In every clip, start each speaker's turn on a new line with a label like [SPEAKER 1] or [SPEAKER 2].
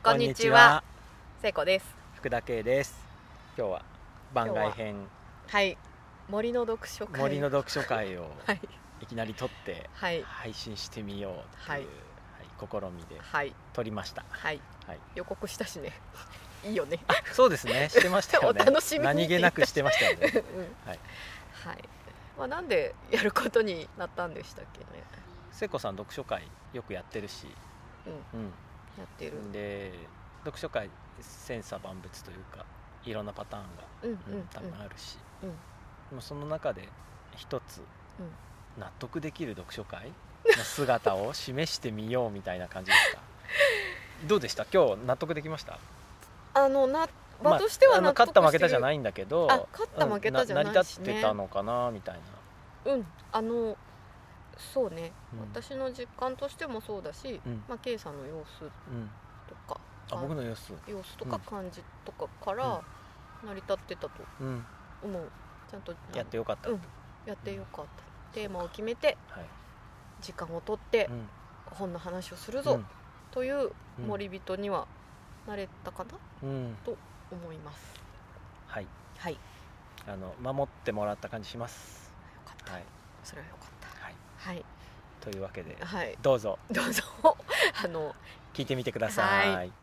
[SPEAKER 1] こんにちは。聖子です。
[SPEAKER 2] 福田圭です。今日は番外編。
[SPEAKER 1] はい。森の読書会
[SPEAKER 2] を
[SPEAKER 1] はい、
[SPEAKER 2] いきなり撮って配信してみようという、試みで撮りました。
[SPEAKER 1] はい。予告したしね。いいよね。
[SPEAKER 2] そうですね。してましたよね。
[SPEAKER 1] お楽しみに
[SPEAKER 2] 何気なくしてましたよね。
[SPEAKER 1] はい。まあなんでやることになったんでしたっけね。
[SPEAKER 2] 聖子さん読書会よくやってるし。
[SPEAKER 1] やってる。
[SPEAKER 2] で読書会千差万別というかいろんなパターンが多分あるし、でもその中で一つ納得できる読書会の姿を示してみようみたいな感じですか。どうでした？今日納得できました？
[SPEAKER 1] 場としては納得してる。
[SPEAKER 2] 勝った負けたじゃないんだけど、
[SPEAKER 1] 勝った負けたじゃないしね、
[SPEAKER 2] 成り立ってたのかなみたいな。
[SPEAKER 1] そうね、私の実感としてもそうだし、K さんの様子とか、
[SPEAKER 2] 僕の様子
[SPEAKER 1] とか感じとかから成り立ってたと思う。ちゃんと
[SPEAKER 2] やってよかった、
[SPEAKER 1] やってよかった。テーマを決めて、時間を取って、本の話をするぞ、という森人にはなれたかな、と思います。はい。
[SPEAKER 2] 守ってもらった感じします。
[SPEAKER 1] よかった。それはよかった。
[SPEAKER 2] というわけで、どうぞ聞いてみてください。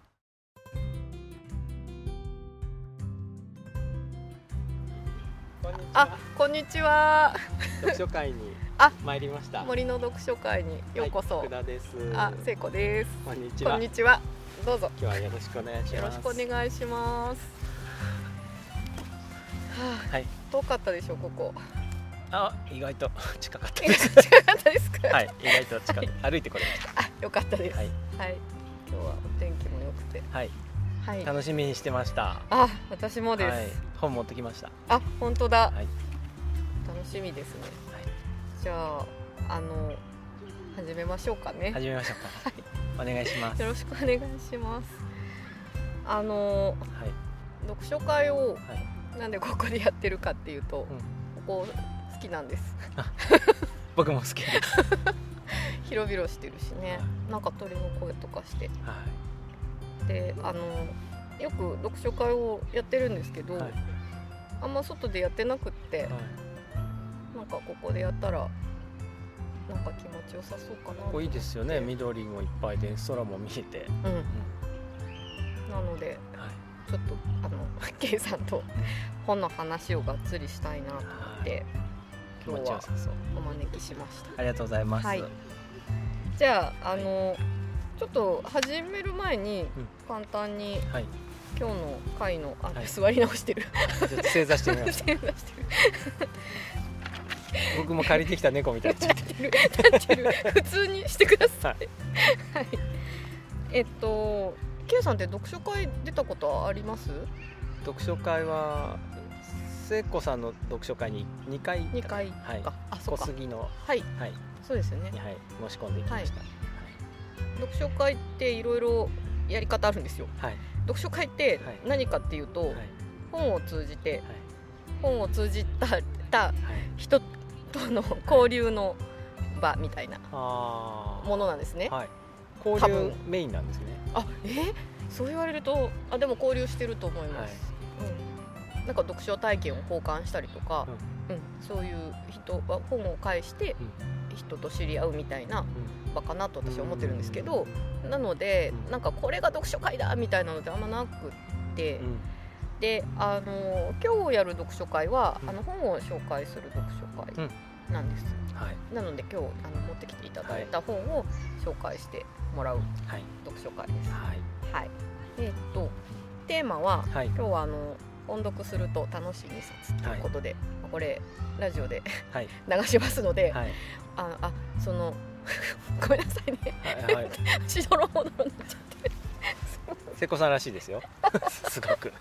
[SPEAKER 1] こんにちは。
[SPEAKER 2] 読書会に参りました。
[SPEAKER 1] 森の読書会にようこそ。
[SPEAKER 2] 福田です。
[SPEAKER 1] 聖子です。
[SPEAKER 2] こんにちは。
[SPEAKER 1] こんにちは。どうぞ。
[SPEAKER 2] 今日はよろしくお願いします。
[SPEAKER 1] よろしくお願いします。遠かったでしょここ。
[SPEAKER 2] 意外と近かったです。
[SPEAKER 1] 近かったですか。
[SPEAKER 2] 意外と近く、歩いてこれました。
[SPEAKER 1] よかったです。今日はお天気も良くて。
[SPEAKER 2] 楽しみにしてました。
[SPEAKER 1] 私もです。
[SPEAKER 2] 本持ってきました。
[SPEAKER 1] 本当だ。楽しみですね。じゃあ始めましょうかね。
[SPEAKER 2] 始めましょうか。お願いします。
[SPEAKER 1] よろしくお願いします。読書会をなんでここでやってるかっていうと、ここ好きなんです。
[SPEAKER 2] 僕も好きです。
[SPEAKER 1] 広々してるしね。なんか鳥の声とかして。でよく読書会をやってるんですけど、あんま外でやってなくって、なんかここでやったらなんか気持ちよさそうかなと思って。
[SPEAKER 2] いいですよね。緑もいっぱいで空も見えて、
[SPEAKER 1] なので、ちょっとK さんと本の話をがっつりしたいなと思って、今日はお招きしました。
[SPEAKER 2] ありがとうございます。
[SPEAKER 1] じゃあちょっと始める前に簡単に、今日の回の座り直してる。
[SPEAKER 2] 正座してみました。僕も借りてきた猫みたいになってる。
[SPEAKER 1] 普通にしてください。K さんって読書会出たことあります？
[SPEAKER 2] 読書会は聖子さんの読書会に2回小杉の
[SPEAKER 1] そうですよね。
[SPEAKER 2] 申し込んでいきました。
[SPEAKER 1] 読書会っていろいろやり方あるんですよ。読書会って何かっていうと、本を通じた人との交流の場みたいなものなんですね。
[SPEAKER 2] 交流メインなんですね。
[SPEAKER 1] そう言われるとでも交流してると思います。なんか読書体験を交換したりとか、そういう人は本を介して人と知り合うみたいな場かなと私は思ってるんですけど、なのでなんかこれが読書会だみたいなのであんまなくって、で今日やる読書会は本を紹介する読書会なんです。なので今日持ってきていただいた本を紹介してもらう読書会です。テーマは、今日は音読すると楽しい2冊ということで、これラジオで流しますので、ごめんなさいね。しどろもどろになっちゃってる。
[SPEAKER 2] 聖子さんらしいですよ。すごく。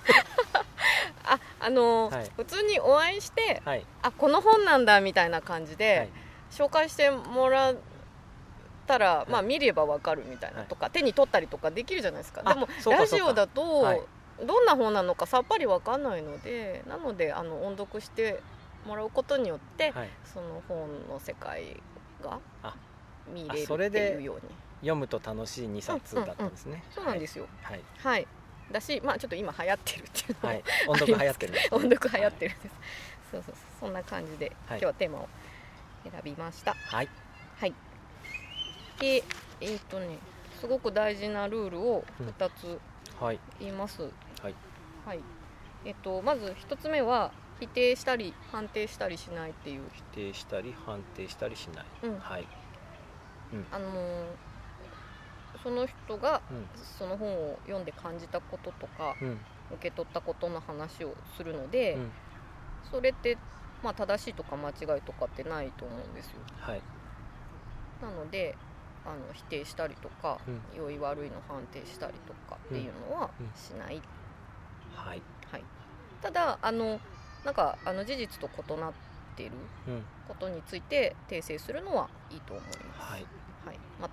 [SPEAKER 1] 普通にお会いして、この本なんだみたいな感じで紹介してもらったら、見ればわかるみたいなとか、手に取ったりとかできるじゃないですか。でもラジオだとどんな本なのかさっぱりわかんないので、なので音読してもらうことによって、その本の世界が見れるっていうように
[SPEAKER 2] 読むと楽しい2冊だったんですね。
[SPEAKER 1] そうなんですよ。
[SPEAKER 2] はい、
[SPEAKER 1] はい、だし、ちょっと今流行ってるっていうのも、
[SPEAKER 2] はい、音読流行ってるんです、ね、
[SPEAKER 1] 音読流行ってるんです、そうそんな感じで、今日はテーマを選びました。
[SPEAKER 2] はい、
[SPEAKER 1] はい、ですごく大事なルールを2つ言います。はいはい、まず1つ目は否定したり判定したりしないっていう。
[SPEAKER 2] 否定したり判定したりしない、はい、
[SPEAKER 1] その人がその本を読んで感じたこととか、受け取ったことの話をするので、それって正しいとか間違いとかってないと思うんですよ。はい、なので否定したりとか、良い悪いの判定したりとかっていうのはしない。はいはい、ただなんか事実と異なっていることについて訂正するのはいいと思います。はいはい、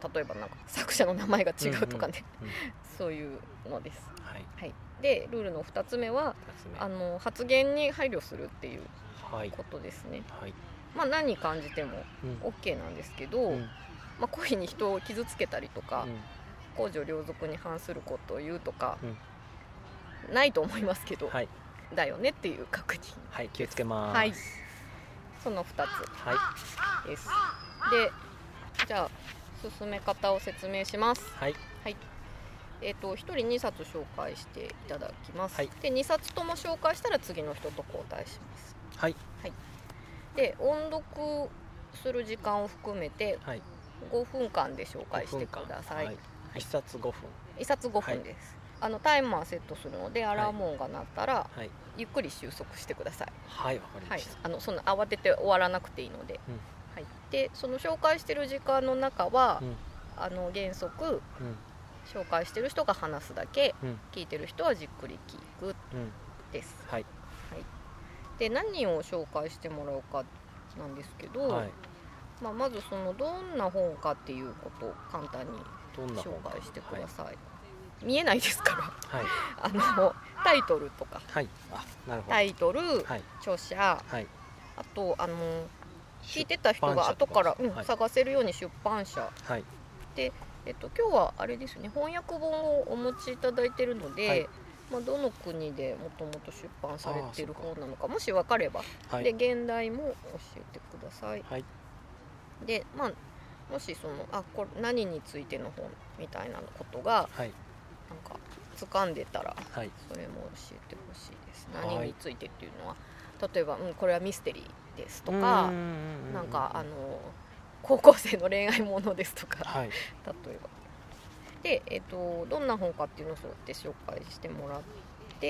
[SPEAKER 1] 例えばなんか作者の名前が違うとかね、そういうのです。はいはい、でルールの2つ目は発言に配慮するっていうことですね。はい、何感じても OK なんですけど、故意に人を傷つけたりとか、公序良俗に反することを言うとか、ないと思いますけど、はい、だよねっていう確認。
[SPEAKER 2] はい、気をつけます。
[SPEAKER 1] はい、その2つです。で、じゃあ進め方を説明します。はい、はい、1人2冊紹介していただきます。はい、で2冊とも紹介したら次の人と交代します。はい、はい、で音読する時間を含めて5分間で紹介してください。はい、
[SPEAKER 2] 1冊5分。
[SPEAKER 1] 1冊5分です。はい、タイマーセットするのでアラーム音が鳴ったら、はい、ゆっくり収束してください。はい、わかりました。はい、そんな慌てて終わらなくていいので、はい、でその紹介してる時間の中は、原則、紹介してる人が話すだけ、聞いてる人はじっくり聞くです。はいはい、で何を紹介してもらおうかなんですけど、はい、まずどんな本かっていうことを簡単に紹介してください。はい、見えないですから、はい、タイトルとか、はい、なるほど、タイトル、はい、著者、はい、あと聞いてた人が後から、探せるように出版社、はい、で、今日はあれですね、翻訳本をお持ちいただいているので、はい、どの国でもともと出版されている本なのかもし分かれば、はい、で現代も教えてください。はい、でもしこれ何についての本みたいなことが、はい、なんか掴んでたら、はい、それも教えてほしいです。何についてっていうのは、例えば、これはミステリーですとか、なんか高校生の恋愛ものですとか、はい、例えばで、どんな本かっていうのをそうやって紹介してもらって、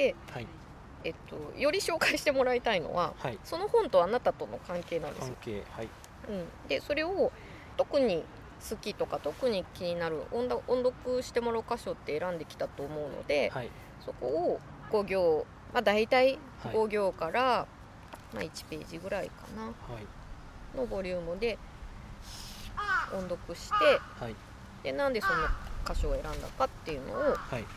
[SPEAKER 1] はい、より紹介してもらいたいのは、はい、その本とあなたとの関係なんですよ。関係、はい、でそれを特に好きとか特に気になる音読してもらう箇所って選んできたと思うので、はい、そこを5行、大体5行から、1ページぐらいかな、はい、のボリュームで音読して、はい、でなんでその箇所を選んだかっていうのを、はい、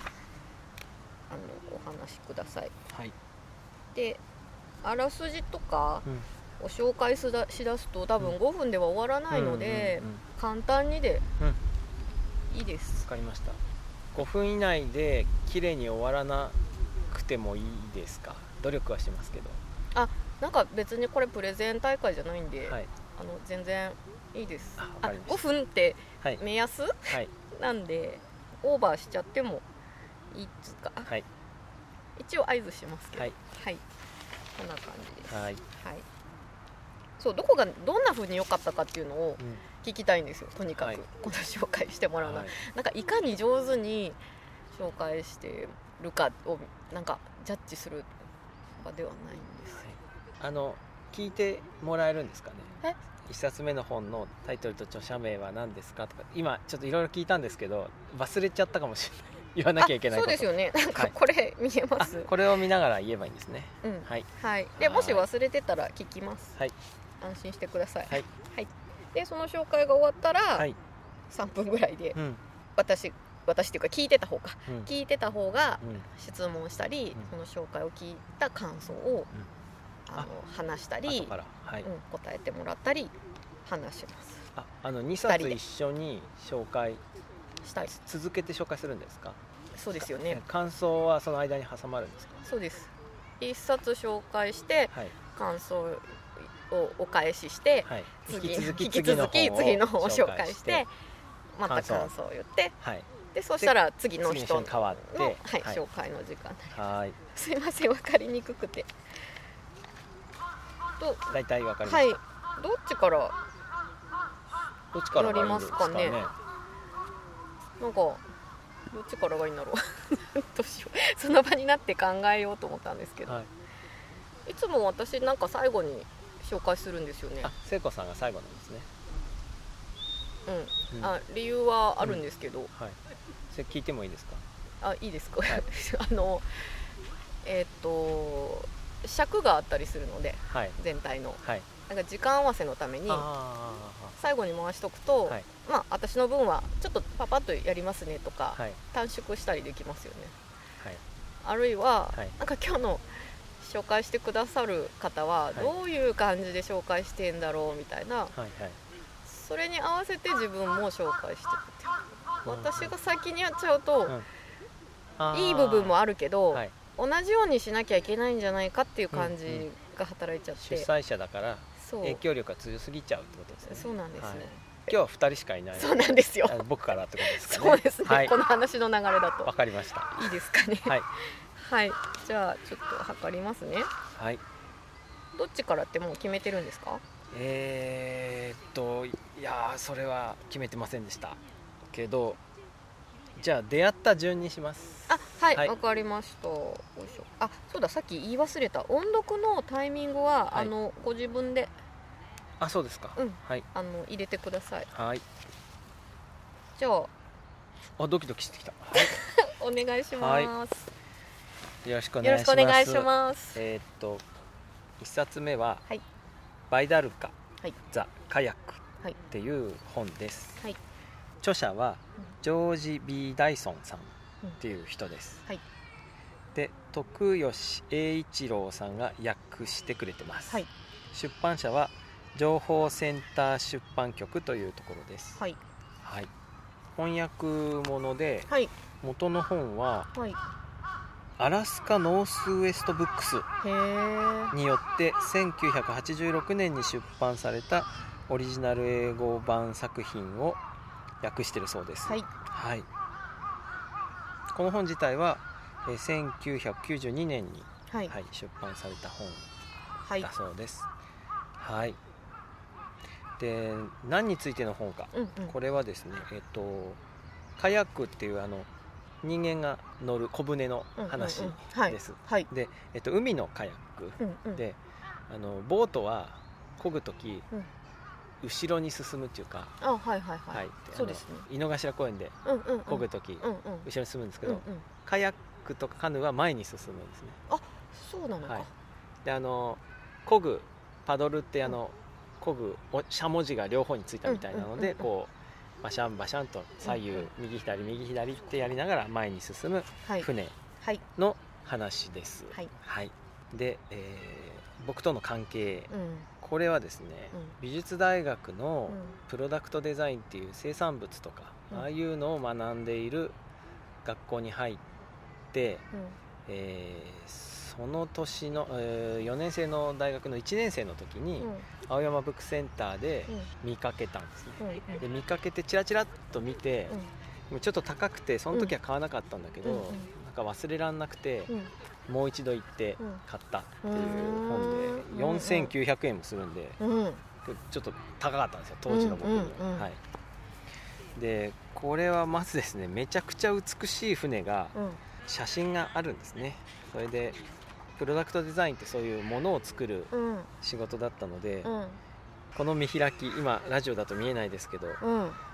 [SPEAKER 1] お話しください。はい、であらすじとかを紹介しだすと多分5分では終わらないので、簡単にでいいです。
[SPEAKER 2] わかりました。5分以内で綺麗に終わらなくてもいいですか？努力はしてますけど。
[SPEAKER 1] なんか別にこれプレゼン大会じゃないんで、はい、全然いいです。5分って目安、はい、なんでオーバーしちゃってもいいっつか、はい、一応合図しますけど、はい、はい、こんな感じです。はい、はい、そうどこがどんな風に良かったかっていうのを聞きたいんですよ。とにかく、はい、この紹介してもらうのは、なんかいかに上手に紹介してるかをなんかジャッジする場ではないんです。
[SPEAKER 2] はい、聞いてもらえるんですかね。1冊目の本のタイトルと著者名は何ですかとか、今ちょっといろいろ聞いたんですけど忘れちゃったかもしれない言わなきゃいけないこと。
[SPEAKER 1] そうですよね。なんかこれ見えます、
[SPEAKER 2] これを見ながら言えばいいんですね。
[SPEAKER 1] はい、はい、でもし忘れてたら聞きます。はい、安心してください。はい、はい、でその紹介が終わったら、はい、3分ぐらいで、私っていうか聞いてた方か、聞いてた方が質問したり、その紹介を聞いた感想を、話したり、はい、答えてもらったり話します。2
[SPEAKER 2] 冊一緒に紹介
[SPEAKER 1] したい。
[SPEAKER 2] 続けて紹介するんですか？
[SPEAKER 1] そうですよね。
[SPEAKER 2] 感想はその間に挟まるんですか？
[SPEAKER 1] そうです。一冊紹介して、はい、感想をお返しして、はい、引き続き次の本を紹介して、また感想を言って、はい、でそしたら次の人の
[SPEAKER 2] 変わって、
[SPEAKER 1] はいはい、紹介の時間になります。すいません、分かりにくくて。
[SPEAKER 2] 大体分かります。
[SPEAKER 1] はい。どっちからやりますかね。なんかどっちからがいいんだろう。どうしよう。その場になって考えようと思ったんですけど、はい、いつも私なんか最後に紹介するんですよね。
[SPEAKER 2] 聖子さんが最後なんですね。
[SPEAKER 1] うん、理由はあるんですけど、
[SPEAKER 2] はい、それ聞いてもいいですか？
[SPEAKER 1] いいですか？はい、尺があったりするので、はい、全体の、はい、なんか時間合わせのために最後に回しとくと、はい、まあ私の分はちょっとパパッとやりますねとか、はい、短縮したりできますよね。はい、あるいは、はい、なんか今日の紹介してくださる方はどういう感じで紹介してんだろうみたいな、はいはい、それに合わせて自分も紹介していくっていう、私が先にやっちゃうと、いい部分もあるけど、はい、同じようにしなきゃいけないんじゃないかっていう感じが働いちゃって、
[SPEAKER 2] 主催者だから影響力が強すぎちゃうってことですね。
[SPEAKER 1] そうなんですね、はい、
[SPEAKER 2] 今日は2人しかいない。
[SPEAKER 1] そうなんですよ。
[SPEAKER 2] 僕からってことですかね。
[SPEAKER 1] そうですね、はい、この話の流れだと。
[SPEAKER 2] わかりました。
[SPEAKER 1] いいですかね。はい、はい、じゃあちょっと測りますね。はい。どっちからってもう決めてるんですか？
[SPEAKER 2] いやそれは決めてませんでしたけど、じゃあ出会った順にします。
[SPEAKER 1] はい、わかりました。よいしょ。そうだ、さっき言い忘れた。音読のタイミングは、はい、ご自分で。
[SPEAKER 2] そうですか。
[SPEAKER 1] はい。入れてください。
[SPEAKER 2] はい。
[SPEAKER 1] じゃあ。
[SPEAKER 2] ドキドキしてきた。
[SPEAKER 1] はい、お願いします。はい、
[SPEAKER 2] よろしくお願いします。
[SPEAKER 1] 1
[SPEAKER 2] 冊目は、はい、バイダルカ、はい、ザ・カヤックっていう本です。はい、著者はジョージ・ B ・ダイソンさんっていう人です。はい、で徳吉英一郎さんが訳してくれてます。はい、出版社は情報センター出版局というところです。はい、はい、翻訳物で、はい、元の本は、はい、アラスカノースウエストブックスによって1986年に出版されたオリジナル英語版作品を訳しているそうです。はい、はい、この本自体は1992年に、はいはい、出版された本だそうです。はい、はい、で何についての本か、これはですね、カヤックっていう人間が乗る小舟の話です。で、海のカヤックで、ボートは漕ぐとき、後ろに進むっていうか、そうですね、井の頭公園で漕ぐとき、後ろに進むんですけど、カヤックとかカヌーは前に進むんですね。
[SPEAKER 1] そうなのか。
[SPEAKER 2] で漕ぐパドルって漕ぐしゃもじが両方についたみたいなので、こうバシャンバシャンと左右、右左右左ってやりながら前に進む船の話です。はいはい、で、僕との関係、これはですね、美術大学のプロダクトデザインっていう生産物とか、ああいうのを学んでいる学校に入って、その年の、4年生の大学の1年生の時に、青山ブックセンターで見かけたんですね。で見かけてチラチラっと見て、ちょっと高くてその時は買わなかったんだけど、なんか忘れらんなくて、もう一度行って買ったっていう本で、4900円もするんで、ちょっと高かったんですよ当時の僕には。はい、でこれはまずですね、めちゃくちゃ美しい船が、写真があるんですね。それでプロダクトデザインってそういうものを作る仕事だったので、この見開き、今ラジオだと見えないですけど、こう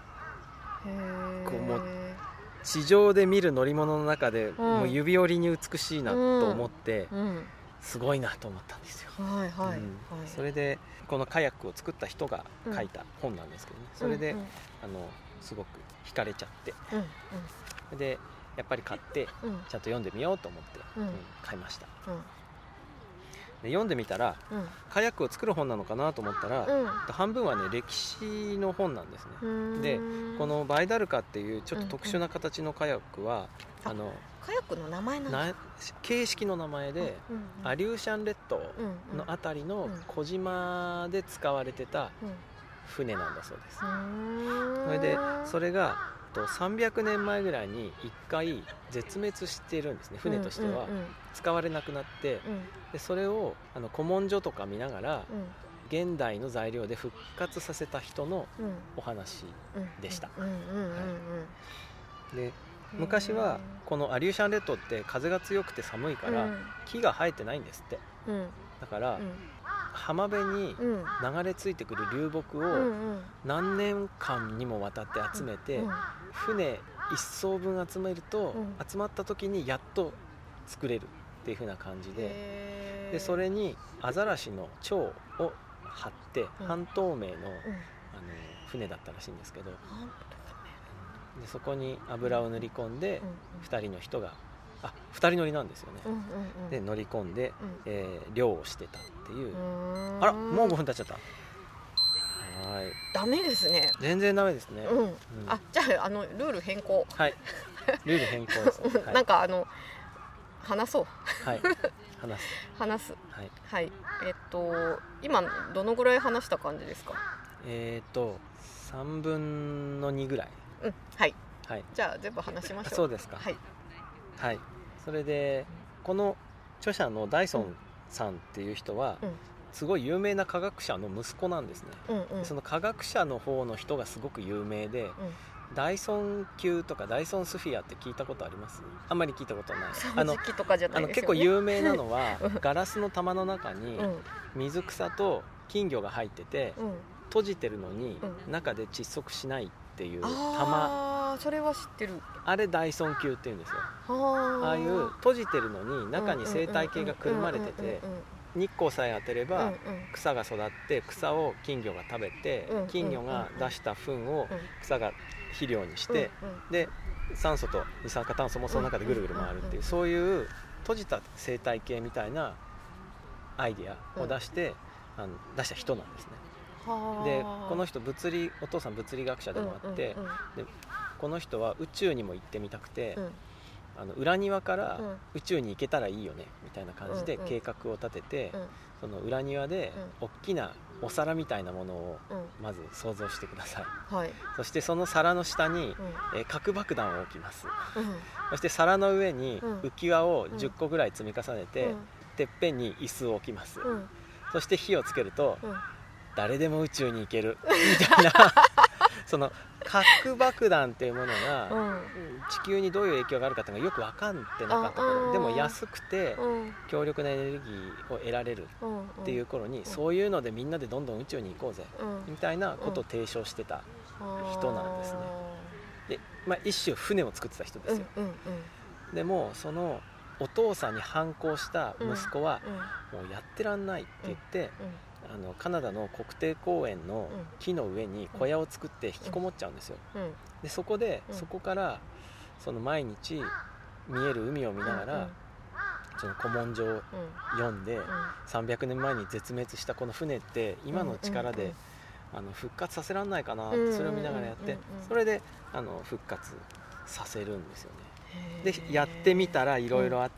[SPEAKER 2] もう地上で見る乗り物の中で、もう指折りに美しいなと思って、すごいなと思ったんですよ。それでこのカヤックを作った人が書いた本なんですけどね、それですごく惹かれちゃって、でやっぱり買って、ちゃんと読んでみようと思って、買いました。 で読んでみたら、カヤックを作る本なのかなと思ったら、半分はね歴史の本なんですね。でこのバイダルカっていうちょっと特殊な形のカヤックは、カ
[SPEAKER 1] ヤックの名前なんですか？
[SPEAKER 2] 形式の名前で、アリューシャン列島のあたりの小島で使われてた船なんだそうです。それでそれが300年前ぐらいに1回絶滅しているんですね。船としては使われなくなって、でそれを古文書とか見ながら、現代の材料で復活させた人のお話でした。で昔はこのアリューシャン列島って風が強くて寒いから木が生えてないんですって。だから浜辺に流れ着いてくる流木を何年間にもわたって集めて、船一艘分集めると、集まった時にやっと作れるっていう風な感じで、でそれにアザラシの腸を貼って半透明の船だったらしいんですけど、でそこに油を塗り込んで2人の人が2人乗りなんですよね。で乗り込んで、漁をしてたっていう。あらもう5分経っちゃった。はい、
[SPEAKER 1] ダメですね。
[SPEAKER 2] 全然ダメですね。
[SPEAKER 1] じゃあルール変更。
[SPEAKER 2] はい、ルール変更です、
[SPEAKER 1] なんか話そう。
[SPEAKER 2] はい
[SPEAKER 1] 話す。はい。今どのぐらい話した感じですか
[SPEAKER 2] ？3分の2ぐらい。
[SPEAKER 1] はい。じゃあ全部話しましょう。
[SPEAKER 2] そうですか。はい。それでこの著者のダイソンさんっていう人は、すごい有名な科学者の息子なんですね。その科学者の方の人がすごく有名で、ダイソン級とかダイソンスフィアって聞いたことあります？あんまり聞いたことない。結構有名なのはガラスの玉の中に水草と金魚が入ってて、閉じてるのに中で窒息しないっていう玉。
[SPEAKER 1] それは知ってる。
[SPEAKER 2] あれダイソン級っていうんですよ。ああいう閉じてるのに中に生態系がくるまれてて、日光さえ当てれば草が育って草を金魚が食べて、金魚が出した糞を草が肥料にして、で酸素と二酸化炭素もその中でぐるぐる回るっていう、そういう閉じた生態系みたいなアイデアを出した人なんですね。でこの人お父さん物理学者でもあって、でこの人は宇宙にも行ってみたくて、裏庭から宇宙に行けたらいいよねみたいな感じで計画を立てて、その裏庭で大きなお皿みたいなものをまず想像してください。そしてその皿の下に核爆弾を置きます。そして皿の上に浮き輪を10個ぐらい積み重ねて、てっぺんに椅子を置きます。そして火をつけると誰でも宇宙に行けるみたいなその核爆弾っていうものが地球にどういう影響があるかっていうのがよく分かってなかった頃、でも安くて強力なエネルギーを得られるっていう頃に、そういうのでみんなでどんどん宇宙に行こうぜみたいなことを提唱してた人なんですね。で、一種船を作ってた人ですよ。でもそのお父さんに反抗した息子はもうやってらんないって言って、カナダの国定公園の木の上に小屋を作って引きこもっちゃうんですよ。でそこからその毎日見える海を見ながら、その古文書を読んで、300年前に絶滅したこの船って今の力で復活させらんないかなって、それを見ながらやって、それで復活させるんですよね。でやってみたらいろいろあって、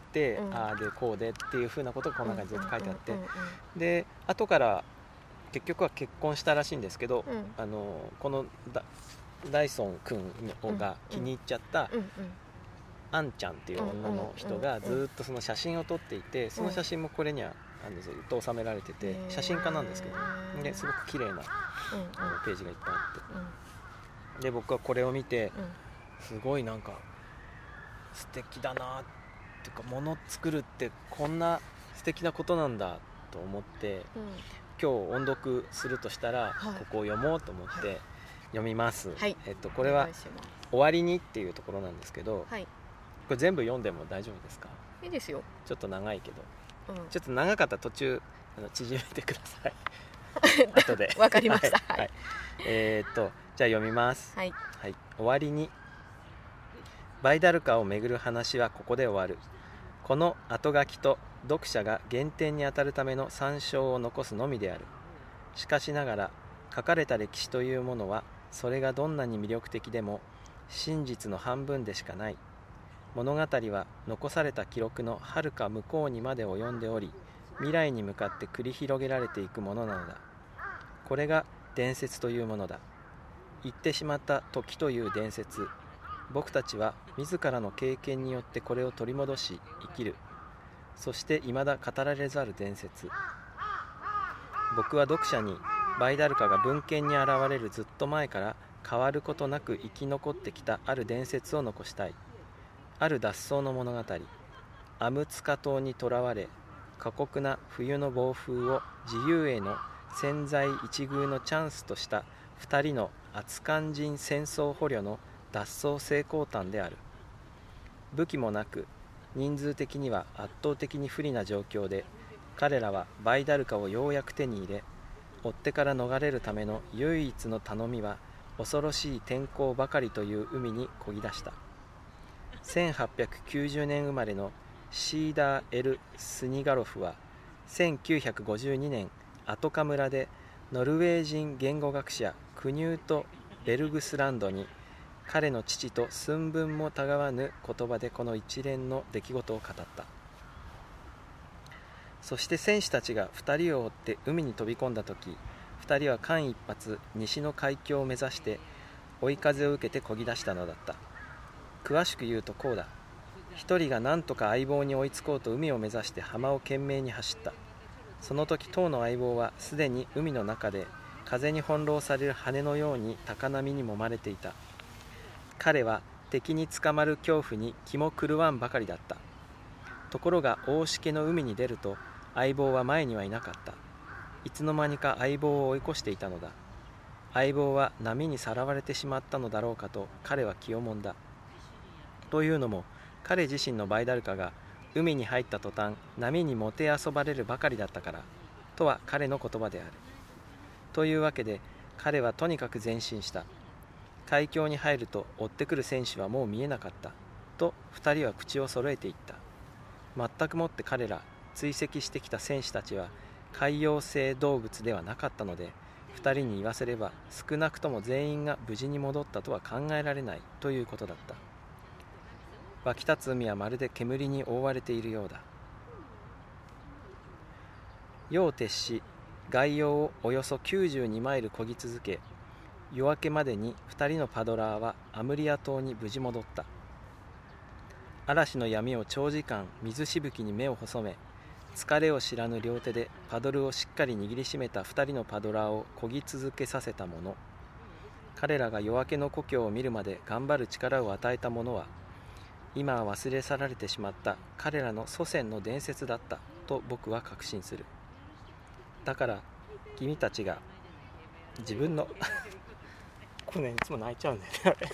[SPEAKER 2] ああでこうでっていうふうなことがこの中にずっと書いてあって、で後から結局は結婚したらしいんですけど、このダイソン君が気に入っちゃったアンちゃんっていう女の人がずっとその写真を撮っていて、その写真もこれにはずっと収められてて、写真家なんですけど、ですごく綺麗なページがいっぱいあって、で僕はこれを見てすごいなんか素敵だなっていうか、物作るってこんな素敵なことなんだと思って、今日音読するとしたらここを読もうと思って読みます。これは終わりにっていうところなんですけど、これ全部読んでも大丈夫ですか？
[SPEAKER 1] いいですよ。
[SPEAKER 2] ちょっと長いけど、ちょっと長かったら途中縮めてください後で
[SPEAKER 1] わかりました。
[SPEAKER 2] じゃあ読みます。終わりに。バイダルカをめぐる話はここで終わる。 この後書きと読者が原点にあたるための参照を残すのみである。しかしながら書かれた歴史というものは、それがどんなに魅力的でも真実の半分でしかない。物語は残された記録のはるか向こうにまで及んでおり、未来に向かって繰り広げられていくものなのだ。これが伝説というものだ。言ってしまった時という伝説。僕たちは自らの経験によってこれを取り戻し生きる。そして未だ語られざる伝説。僕は読者にバイダルカが文献に現れるずっと前から変わることなく生き残ってきたある伝説を残したい。ある脱走の物語。アムツカ島にとらわれ、過酷な冬の暴風を自由への千載一遇のチャンスとした2人の熱肝人戦争捕虜の脱走成功譚である。武器もなく、人数的には圧倒的に不利な状況で、彼らはバイダルカをようやく手に入れ、追っ手から逃れるための唯一の頼みは恐ろしい天候ばかりという海に漕ぎ出した。1890年生まれのシーダー・エル・スニガロフは1952年アトカ村でノルウェー人言語学者クニュート・ベルグスランドに彼の父と寸分もたがわぬ言葉でこの一連の出来事を語った。そして戦士たちが2人を追って海に飛び込んだ時、2人は間一髪西の海峡を目指して追い風を受けて漕ぎ出したのだった。詳しく言うとこうだ。1人が何とか相棒に追いつこうと海を目指して浜を懸命に走った。その時当の相棒はすでに海の中で風に翻弄される羽のように高波に揉まれていた。彼は敵に捕まる恐怖に気も狂わんばかりだった。ところが大しけの海に出ると相棒は前にはいなかった。いつの間にか相棒を追い越していたのだ。相棒は波にさらわれてしまったのだろうかと彼は気をもんだ。というのも彼自身のバイダルカが海に入った途端波にもて遊ばれるばかりだったからとは彼の言葉である。というわけで彼はとにかく前進した。海峡に入ると追ってくる選手はもう見えなかったと2人は口を揃えていった。全くもって彼ら追跡してきた戦士たちは海洋生動物ではなかったので、2人に言わせれば少なくとも全員が無事に戻ったとは考えられないということだった。湧き立つ海はまるで煙に覆われているようだ。夜を徹し外洋をおよそ92マイル漕ぎ続け、夜明けまでに2人のパドラーはアムリア島に無事戻った。嵐の闇を長時間水しぶきに目を細め、疲れを知らぬ両手でパドルをしっかり握りしめた2人のパドラーを漕ぎ続けさせたもの、彼らが夜明けの故郷を見るまで頑張る力を与えたものは、今は忘れ去られてしまった彼らの祖先の伝説だったと僕は確信する。だから君たちが自分のこれね、いつも泣いちゃうんだよね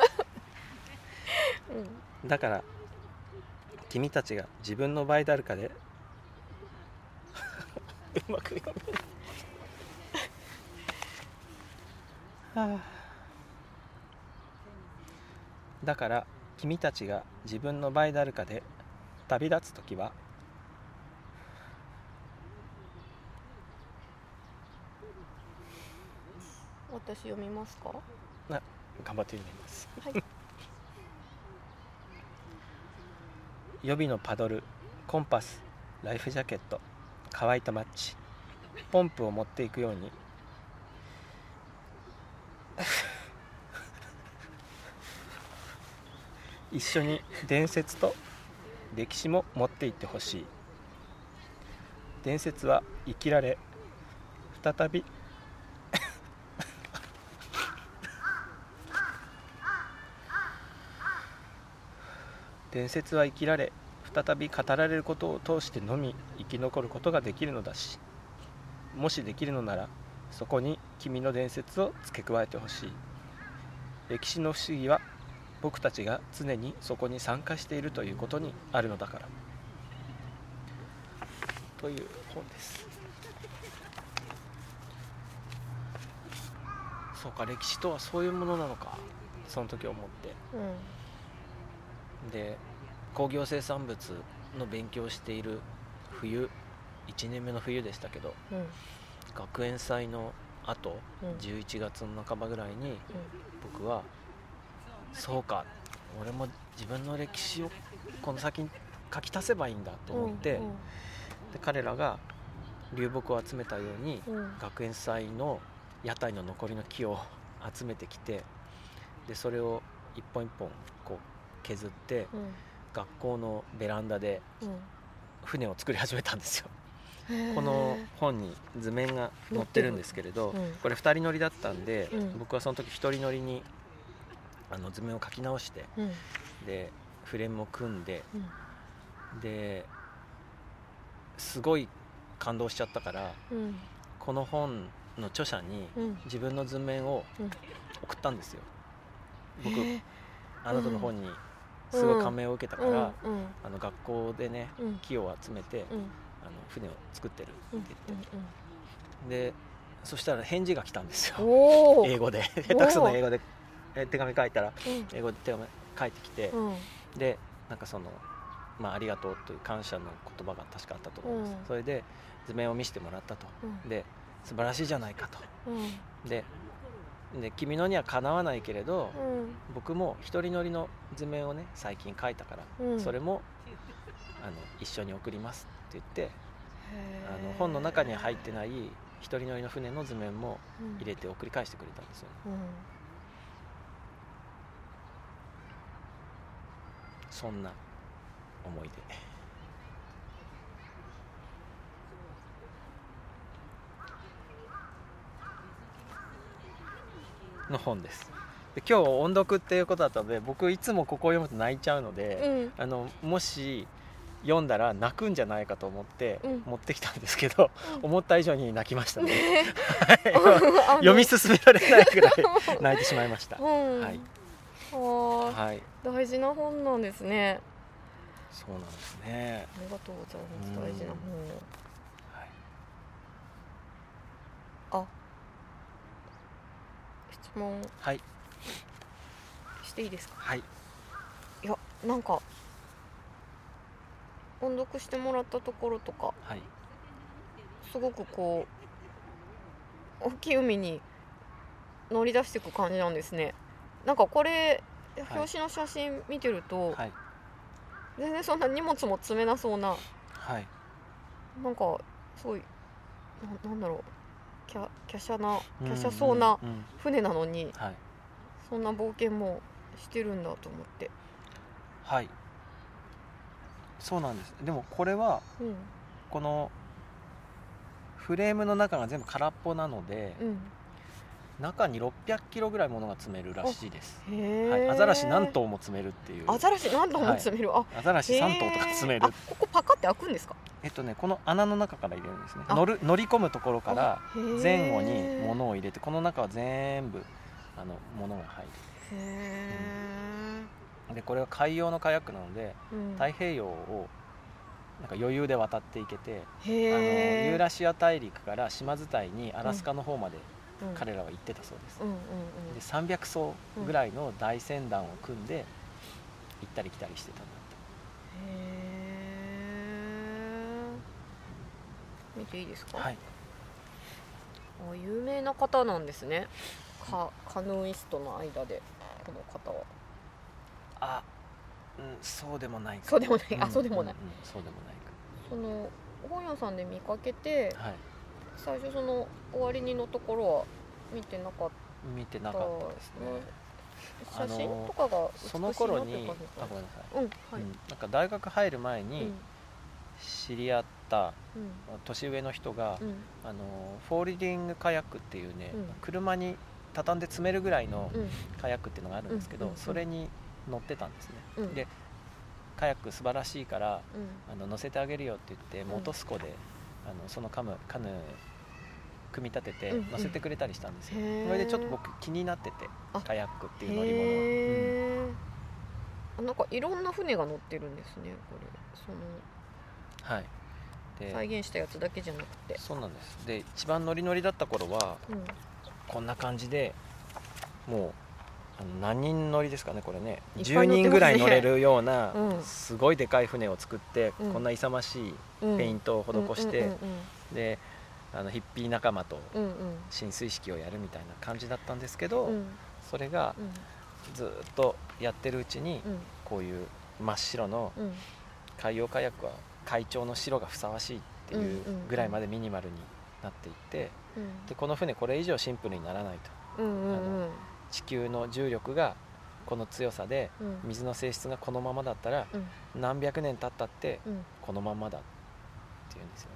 [SPEAKER 2] だから君たちが自分のバイダルカでうまく読めないだから君たちが自分のバイダルカで旅立つときは、
[SPEAKER 1] 私読みますか？
[SPEAKER 2] 頑張って読みます、
[SPEAKER 1] はい、
[SPEAKER 2] 予備のパドル、コンパス、ライフジャケット、乾いたマッチ、ポンプを持っていくように一緒に伝説と歴史も持っていってほしい。伝説は生きられ再び伝説は生きられ再び語られることを通してのみ生き残ることができるのだし、もしできるのならそこに君の伝説を付け加えてほしい。歴史の不思議は僕たちが常にそこに参加しているということにあるのだから、という本です。そうか、歴史とはそういうものなのか、その時思って、で工業生産物の勉強をしている冬、1年目の冬でしたけど、学園祭の後、11月の半ばぐらいに、僕はそうか、俺も自分の歴史をこの先に書き足せばいいんだと思って、で彼らが流木を集めたように、学園祭の屋台の残りの木を集めてきて、でそれを一本一本こう削って、学校のベランダで船を作り始めたんですよ。この本に図面が載ってるんですけれど、これ2人乗りだったんで、僕はその時1人乗りに図面を描き直して、でフレームを組んで、ですごい感動しちゃったから、この本の著者に自分の図面を送ったんですよ。僕あなたの本にすごい感銘を受けたから、学校でね、木を集めて、船を作ってるって言って、でそしたら返事が来たんですよ。英語で下手くそな英語で手紙書いたら、英語で手紙書いてきて、でなんかその、ありがとうという感謝の言葉が確かあったと思います。それで図面を見せてもらったと、で素晴らしいじゃないかと、で君のにはかなわないけれど、僕も一人乗りの図面をね最近描いたから、それも一緒に送りますって言って、本の中には入ってない一人乗りの船の図面も入れて送り返してくれたんですよ、そんな思い出の本です。で今日音読っていうことだったので、僕いつもここを読むと泣いちゃうので、もし読んだら泣くんじゃないかと思って持ってきたんですけど、思った以上に泣きましたね。読み進められないぐらい泣いてしまいました。はい、
[SPEAKER 1] 大事な本なんですね。
[SPEAKER 2] そうなんですね。
[SPEAKER 1] ありがとうございます。大事な本。質問していいですか？
[SPEAKER 2] はい。
[SPEAKER 1] いや、なんか音読してもらったところとか、すごくこう大きい海に乗り出していく感じなんですね。なんかこれ表紙の写真見てると、全然そんな荷物も積めなそうな、なんかすごいなんだろう、華奢そうな船なのに、そんな冒険もしてるんだと思って。
[SPEAKER 2] そうなんです。でもこれは、このフレームの中が全部空っぽなので、中に600キロぐらいものが積めるらしいです。アザラシ何頭も積めるっていう。
[SPEAKER 1] アザラシ何頭も積める、
[SPEAKER 2] アザラシ3頭とか積める。
[SPEAKER 1] ここパカって開くんですか？
[SPEAKER 2] この穴の中から入れるんですね。乗り込むところから前後に物を入れて、この中は全部物が入る。でこれは海洋のカヤックなので、太平洋をなんか余裕で渡っていけて、ユーラシア大陸から島伝いにアラスカの方まで彼らは行ってたそうです。で300艘ぐらいの大船団を組んで行ったり来たりしてたんだ
[SPEAKER 1] と。見ていいですか？有名な方なんですね。カヌーイストの間でこの方は。
[SPEAKER 2] そうでもないか。
[SPEAKER 1] そうでもない。そうでもない。
[SPEAKER 2] そうでもないか。
[SPEAKER 1] その本屋さんで見かけて、最初その終わりにのところは見てなかったですね。写真とかが
[SPEAKER 2] その頃に、ごめんなさい。なんか大学入る前に知り合った年上の人が、フォーリディングカヤックっていうね、車に畳んで積めるぐらいのカヤックっていうのがあるんですけど、それに乗ってたんですね。でカヤック素晴らしいから、乗せてあげるよって言って、元栖湖でそのカヌー組み立てて乗せてくれたりしたんですよ。それでちょっと僕気になってて、カヤックっていう乗り物は。
[SPEAKER 1] なんかいろんな船が乗ってるんですね、これ。で再現したやつだけじゃなくて。
[SPEAKER 2] そうなんです。で一番ノリノリだった頃は、こんな感じでもう何人乗りですかねこれね、10
[SPEAKER 1] いっぱい乗ってますね
[SPEAKER 2] 人ぐらい乗れるような、
[SPEAKER 1] うん
[SPEAKER 2] すごいでかい船を作って、
[SPEAKER 1] うん
[SPEAKER 2] こんな勇ましいペイントを施して、
[SPEAKER 1] うんうん
[SPEAKER 2] でヒッピー仲間と
[SPEAKER 1] うんうん
[SPEAKER 2] 進水式をやるみたいな感じだったんですけど、
[SPEAKER 1] うんうん
[SPEAKER 2] それがずっとやってるうちに、
[SPEAKER 1] うん
[SPEAKER 2] こういう真っ白の
[SPEAKER 1] うん
[SPEAKER 2] 海洋カヤックは海鳥の白がふさわしいっていうぐらいまでミニマルになっていって、でこの船これ以上シンプルにならないと、
[SPEAKER 1] うんうんうん
[SPEAKER 2] 地球の重力がこの強さで
[SPEAKER 1] うん
[SPEAKER 2] 水の性質がこのままだったら
[SPEAKER 1] うん
[SPEAKER 2] 何百年経ったって
[SPEAKER 1] うん
[SPEAKER 2] このままだっていうんですよね。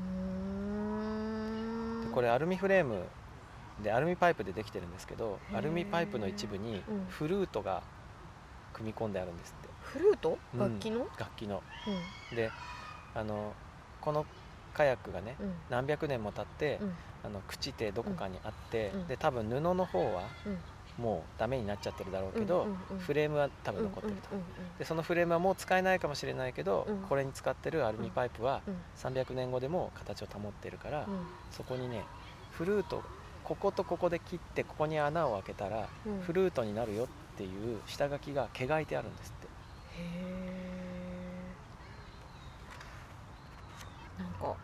[SPEAKER 1] うーん
[SPEAKER 2] でこれアルミフレームでアルミパイプでできてるんですけど、
[SPEAKER 1] へー
[SPEAKER 2] アルミパイプの一部に
[SPEAKER 1] うん
[SPEAKER 2] フルートが組み込んであるんですって。
[SPEAKER 1] フルート
[SPEAKER 2] うん
[SPEAKER 1] 楽器の
[SPEAKER 2] 楽器の
[SPEAKER 1] うん
[SPEAKER 2] でこのカヤックがね
[SPEAKER 1] うん
[SPEAKER 2] 何百年も経って
[SPEAKER 1] うん
[SPEAKER 2] 朽ちてどこかにあって、
[SPEAKER 1] うん
[SPEAKER 2] で多分布の方は
[SPEAKER 1] うん
[SPEAKER 2] もうダメになっちゃってるだろうけど、
[SPEAKER 1] うんうんうん
[SPEAKER 2] フレームは多分残ってると、
[SPEAKER 1] うんうん
[SPEAKER 2] でそのフレームはもう使えないかもしれないけど、
[SPEAKER 1] うん
[SPEAKER 2] これに使ってるアルミパイプは
[SPEAKER 1] うん
[SPEAKER 2] 300年後でも形を保ってるから、
[SPEAKER 1] うん
[SPEAKER 2] そこにねフルートこことここで切ってここに穴を開けたら、
[SPEAKER 1] うん
[SPEAKER 2] フルートになるよっていう下書きが毛書いてあるんですって。
[SPEAKER 1] へえ。なんか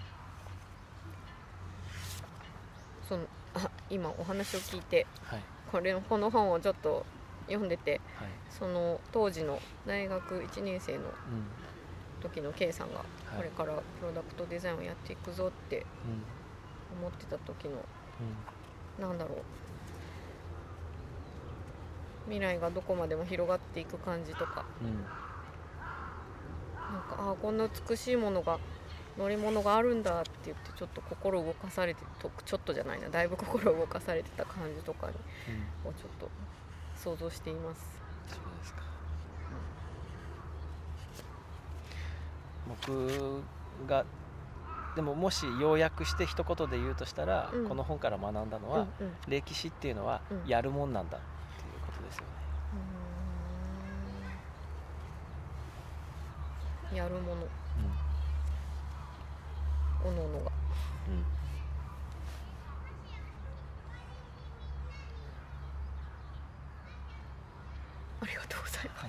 [SPEAKER 1] 今お話を聞いて
[SPEAKER 2] はい
[SPEAKER 1] この本をちょっと読んでて、
[SPEAKER 2] はい
[SPEAKER 1] その当時の大学1年生の
[SPEAKER 2] うん
[SPEAKER 1] 時の K さんが
[SPEAKER 2] い
[SPEAKER 1] これからプロダクトデザインをやっていくぞって
[SPEAKER 2] うん
[SPEAKER 1] 思ってた時の
[SPEAKER 2] うん
[SPEAKER 1] なんだろう、未来がどこまでも広がっていく感じとか、
[SPEAKER 2] うん
[SPEAKER 1] なんかこんな美しいものが乗り物があるんだって言ってちょっと心動かされてちょっとじゃないなだいぶ心動かされてた感じとかに
[SPEAKER 2] うん
[SPEAKER 1] をちょっと想像しています。
[SPEAKER 2] そうですか。僕がでももし要約して一言で言うとしたら、
[SPEAKER 1] うん
[SPEAKER 2] この本から学んだのは、
[SPEAKER 1] うんうん
[SPEAKER 2] 歴史っていうのは
[SPEAKER 1] うん
[SPEAKER 2] やるもんなんだっていうことですよね。
[SPEAKER 1] やるもの
[SPEAKER 2] うん
[SPEAKER 1] おのおのが
[SPEAKER 2] うん
[SPEAKER 1] ありがとうございます。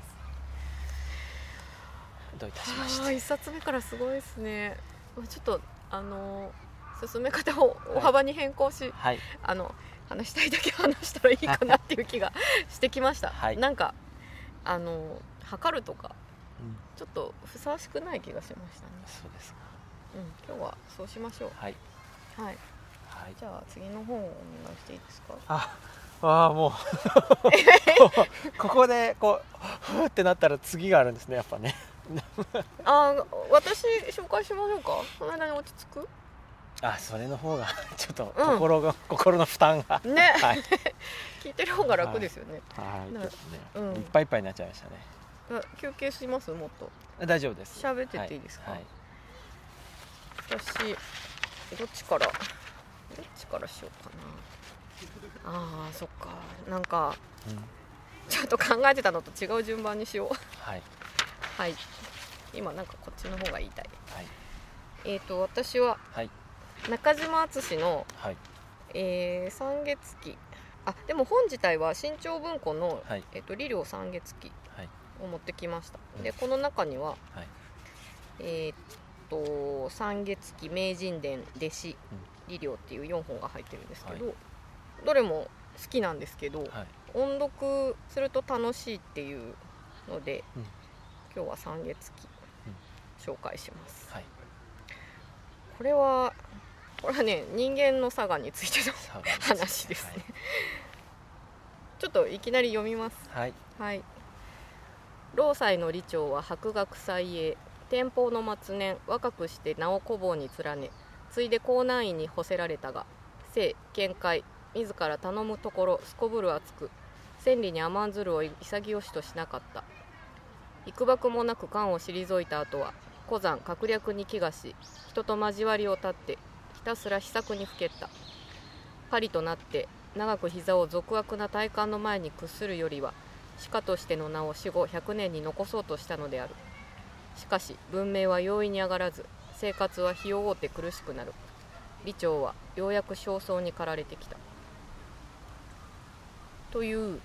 [SPEAKER 2] どういたしまして。
[SPEAKER 1] 一冊目からすごいですね。ちょっと進め方を大幅に変更し、
[SPEAKER 2] はい
[SPEAKER 1] 話したいだけ話したらいいかなっていう気がしてきました。
[SPEAKER 2] はい
[SPEAKER 1] なんか測るとか
[SPEAKER 2] うん
[SPEAKER 1] ちょっとふさわしくない気がしましたね。
[SPEAKER 2] そうですか。
[SPEAKER 1] 今日はそうしましょう。
[SPEAKER 2] はい
[SPEAKER 1] はい。
[SPEAKER 2] はい。
[SPEAKER 1] じゃあ次の本をお願いしていいですか。
[SPEAKER 2] もうここでこうふーってなったら次があるんですねやっぱね。
[SPEAKER 1] 私紹介しましょうか。その間に落ち着く。
[SPEAKER 2] それの方がちょっと
[SPEAKER 1] うん
[SPEAKER 2] 心の負担が
[SPEAKER 1] ね、
[SPEAKER 2] はい
[SPEAKER 1] 聞いてる方が楽ですよね。
[SPEAKER 2] はいちょっとね、
[SPEAKER 1] うん
[SPEAKER 2] いっぱいいっぱいになっちゃいましたね。
[SPEAKER 1] 休憩しますもっと。
[SPEAKER 2] 大丈夫です。
[SPEAKER 1] 喋ってていいですか。
[SPEAKER 2] はい
[SPEAKER 1] 私どっちからしようかな。そっか。なんか
[SPEAKER 2] うん
[SPEAKER 1] ちょっと考えてたのと違う順番にしよう。
[SPEAKER 2] はい
[SPEAKER 1] はい。今なんかこっちの方が言いたい。
[SPEAKER 2] はい
[SPEAKER 1] 私は
[SPEAKER 2] はい
[SPEAKER 1] 中島敦の、
[SPEAKER 2] はい
[SPEAKER 1] 三月期。でも本自体は新潮文庫の、
[SPEAKER 2] はい
[SPEAKER 1] リリョウ三月期
[SPEAKER 2] はい
[SPEAKER 1] を持ってきました。
[SPEAKER 2] うん
[SPEAKER 1] でこの中には、
[SPEAKER 2] はい
[SPEAKER 1] 三月期名人伝弟子、
[SPEAKER 2] うん
[SPEAKER 1] リリョウっていう4本が入ってるんですけど、
[SPEAKER 2] は
[SPEAKER 1] どれも好きなんですけど、
[SPEAKER 2] はい
[SPEAKER 1] 音読すると楽しいっていうので、
[SPEAKER 2] うん
[SPEAKER 1] 今日は三月期紹介します。
[SPEAKER 2] はい
[SPEAKER 1] これはね人間のサガについての
[SPEAKER 2] さあ
[SPEAKER 1] 話ですね。ちょっといきなり読みます。
[SPEAKER 2] はい
[SPEAKER 1] はい。老妻の李長は博学才英、天保の末年若くして名を古房に連ね、ついで江南院に干せられたが、性見解自ら頼むところすこぶる厚く、千里に甘んずるを潔しとしなかった。幾ばくもなく官を退いた後は古山閣略に気がし、人と交わりを絶ってひたすら秘策にふけった。パリとなって長く膝を俗悪な体感の前に屈するよりは、士家としての名を死後100年に残そうとしたのである。しかし文明は容易に上がらず、生活は日を追うて苦しくなる。李長はようやく焦燥に駆られてきたという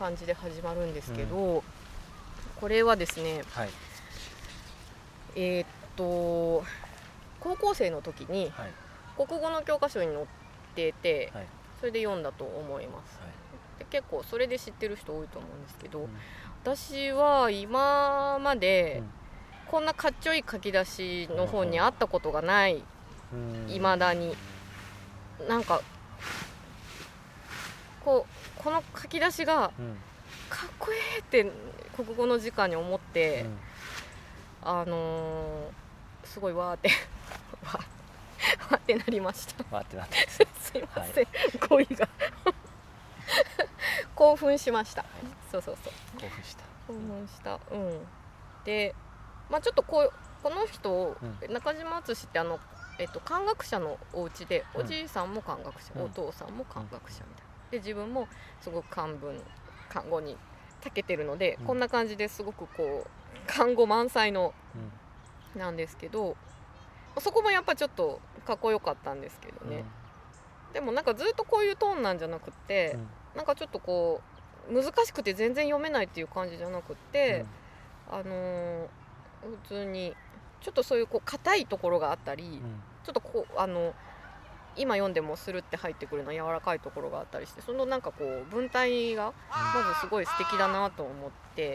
[SPEAKER 1] 感じで始まるんですけど、これはですね、
[SPEAKER 2] はい、
[SPEAKER 1] 高校生の時に国語の教科書に載ってて、はい、それで読んだと思います、はい、で結構それで知ってる人多いと思うんですけど、私は今までこんなかっちょいい書き出しの本にあったことがない、未だになんかこの書き出しがかっこいいって国語の時間に思って、すごいわーってわーってなりました。
[SPEAKER 2] わーってなって
[SPEAKER 1] すいません、語彙が興奮しました、はい、そう興奮した、で、ちょっとこの人、中島敦って漢学者のお家で、おじいさんも漢学者、お父さんも漢学者みたいなで、自分もすごく漢語に長けてるので、こんな感じですごく漢語満載の、なんですけど、そこもやっぱちょっとかっこよかったんですけどね、でもなんかずっとこういうトーンなんじゃなくって、なんかちょっと難しくて全然読めないっていう感じじゃなくって、普通にちょっとそういう硬いところがあったり、ちょっと今読んでもスルって入ってくるの柔らかいところがあったりして、そのなんか文体がまずすごい素敵だなと思って、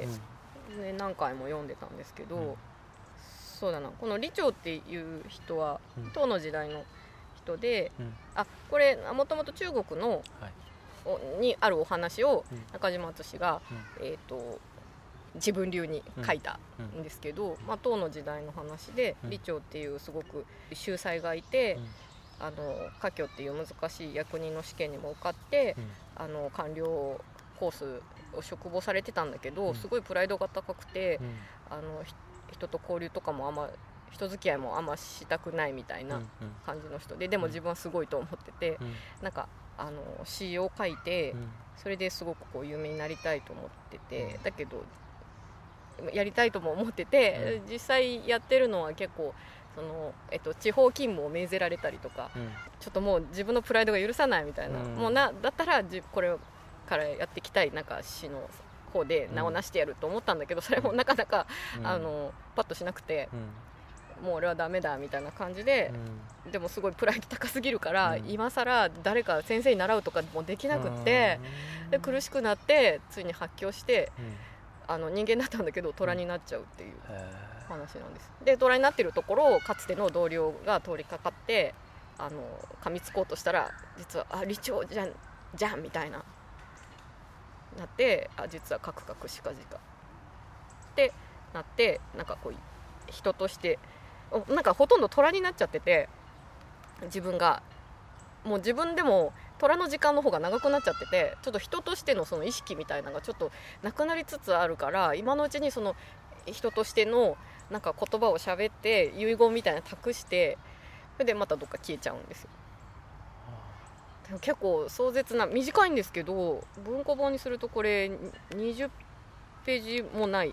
[SPEAKER 1] で何回も読んでたんですけど、そうだな、この李朝っていう人は唐の時代の人で、これもともと中国の、にあるお話を中島敦が、自分流に書いたんですけど、唐の時代の話で、李朝っていうすごく秀才がいて、科挙っていう難しい役人の試験にも受かって、官僚コースを嘱望されてたんだけど、すごいプライドが高くて、人と交流とかも人付き合いもあんましたくないみたいな感じの人で、でも自分はすごいと思ってて、なんか詩を書いて、それですごく有名になりたいと思ってて、だけどやりたいとも思ってて、実際やってるのは結構地方勤務を命ぜられたりとか、ちょっともう自分のプライドが許さないみたいな、もうだったらこれからやっていきたい、なんか詩の方で名を成してやると思ったんだけど、それもなかなか、パッとしなくて、もう俺はダメだみたいな感じで、でもすごいプライド高すぎるから、今更誰か先生に習うとかもできなくって、で苦しくなってついに発狂して、人間だったんだけど虎になっちゃうっていう話なんです。で虎になってるところをかつての同僚が通りかかって噛みつこうとしたら、実は李朝じゃんみたいななって、実はカクカクしかじかってなって、なんか人としてなんかほとんど虎になっちゃってて、自分がもう自分でも虎の時間の方が長くなっちゃってて、ちょっと人としてのその意識みたいなのがちょっとなくなりつつあるから、今のうちにその人としてのなんか言葉を喋って遺言みたいな託して、それでまたどっか消えちゃうんですよ。でも結構壮絶な、短いんですけど、文庫本にするとこれ20ページもない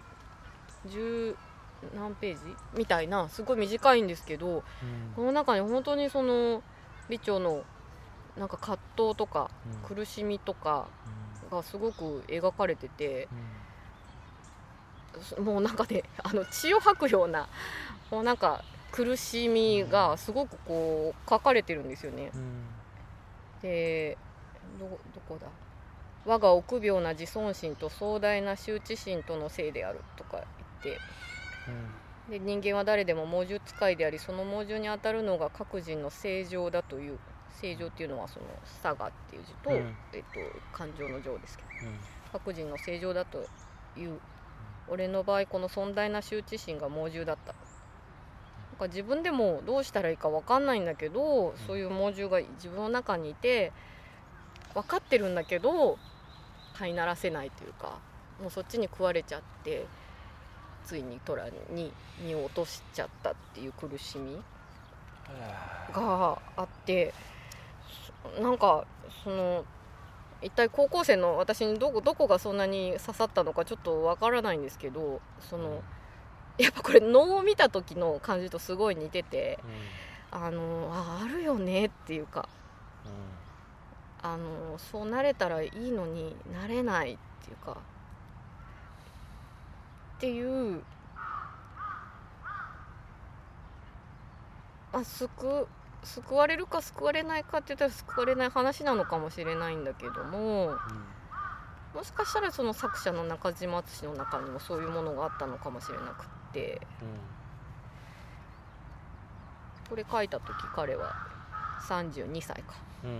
[SPEAKER 1] 10何ページみたいな、すごい短いんですけど、この中に本当にその李朝のなんか葛藤とか苦しみとかがすごく描かれてて、もうなんかね、血を吐くようなもうなんか苦しみがすごく書かれてるんですよね。で どこだ、我が臆病な自尊心と壮大な羞恥心とのせいであるとか言って、で人間は誰でも猛獣使いであり、その猛獣に当たるのが各人の正常だという、正常っていうのはその差がっていう字と、感情の情ですけど、各人の正常だという、俺の場合この尊大な羞恥心が猛獣だった。なんか自分でもどうしたらいいか分かんないんだけど、そういう猛獣が自分の中にいて分かってるんだけど飼いならせないというか、もうそっちに食われちゃって、ついに虎に身を落としちゃったっていう苦しみがあって、なんかその一体高校生の私にどこがそんなに刺さったのかちょっとわからないんですけど、そのやっぱこれ能を見た時の感じとすごい似てて、あるよねっていうか、そうなれたらいいのになれないっていうかっていう、救われるか救われないかって言ったら救われない話なのかもしれないんだけども、もしかしたらその作者の中島敦の中にもそういうものがあったのかもしれなくって、これ書いた時彼は32歳か、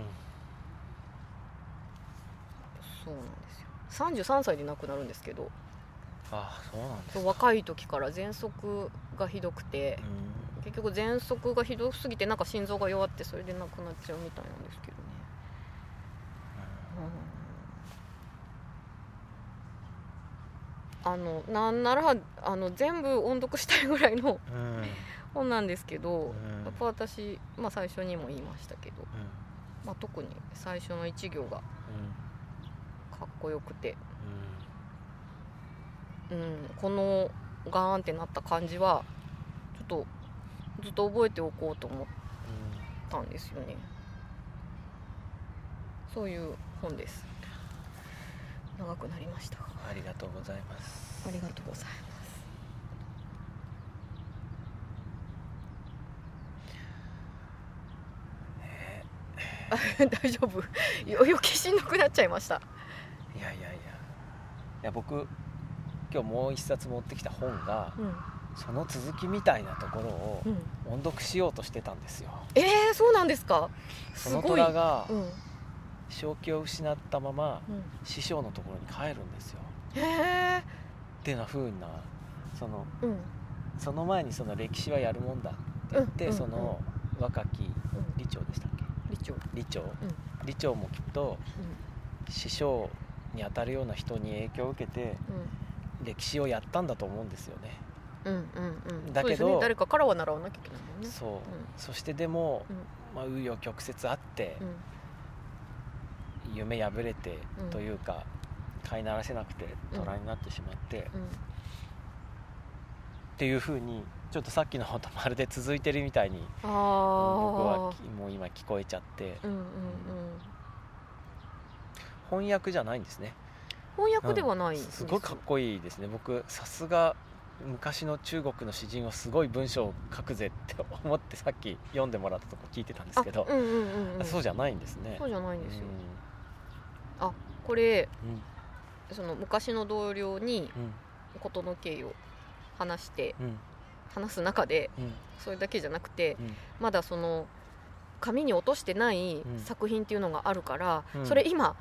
[SPEAKER 1] そうなんですよ。33歳で亡くなるんですけど、
[SPEAKER 2] そうなんですか。
[SPEAKER 1] 若い時から喘息がひどくて、結局喘息がひどすぎてなんか心臓が弱ってそれで亡くなっちゃうみたいなんですけどね、なんなら全部音読したいぐらいの本なんですけど、やっぱ私、最初にも言いましたけど、特に最初の1行がかっこよくて、このガーンってなった感じはちょっとずっと覚えておこうと思ったんですよね。そういう本です。長くなりました。
[SPEAKER 2] ありがとうございます。
[SPEAKER 1] ありがとうございます。大丈夫？余計しんどくなっちゃいました。
[SPEAKER 2] いや僕今日もう一冊持ってきた本が、その続きみたいなところを音読しようとしてたんですよ。
[SPEAKER 1] そうなんですか。
[SPEAKER 2] その虎が正気を失ったまま師匠のところに帰るんですよ。ってな風なその前にその歴史はやるもんだって言って、その若き李長でしたっけ、李長もきっと師匠に当たるような人に影響を受けて歴史をやったんだと思うんですよね。だけど、ね、
[SPEAKER 1] 誰かからは習わなきゃいけないもんね。
[SPEAKER 2] そしてでも、紆余曲折あって、夢破れて、というか飼いならせなくて虎になってしまって、っていう風にちょっとさっきの方とまるで続いてるみたいに僕はもう今聞こえちゃって、翻訳じゃないんですね。
[SPEAKER 1] 翻訳ではないんです。
[SPEAKER 2] すごいかっこいいですね。僕さすが昔の中国の詩人はすごい文章を書くぜって思ってさっき読んでもらったとこ聞いてたんですけど、そうじゃないんですね。
[SPEAKER 1] そうじゃないんですよ。これ、その昔の同僚に事の経緯を話す中で、それだけじゃなくて、まだその紙に落としてない作品っていうのがあるから、それ今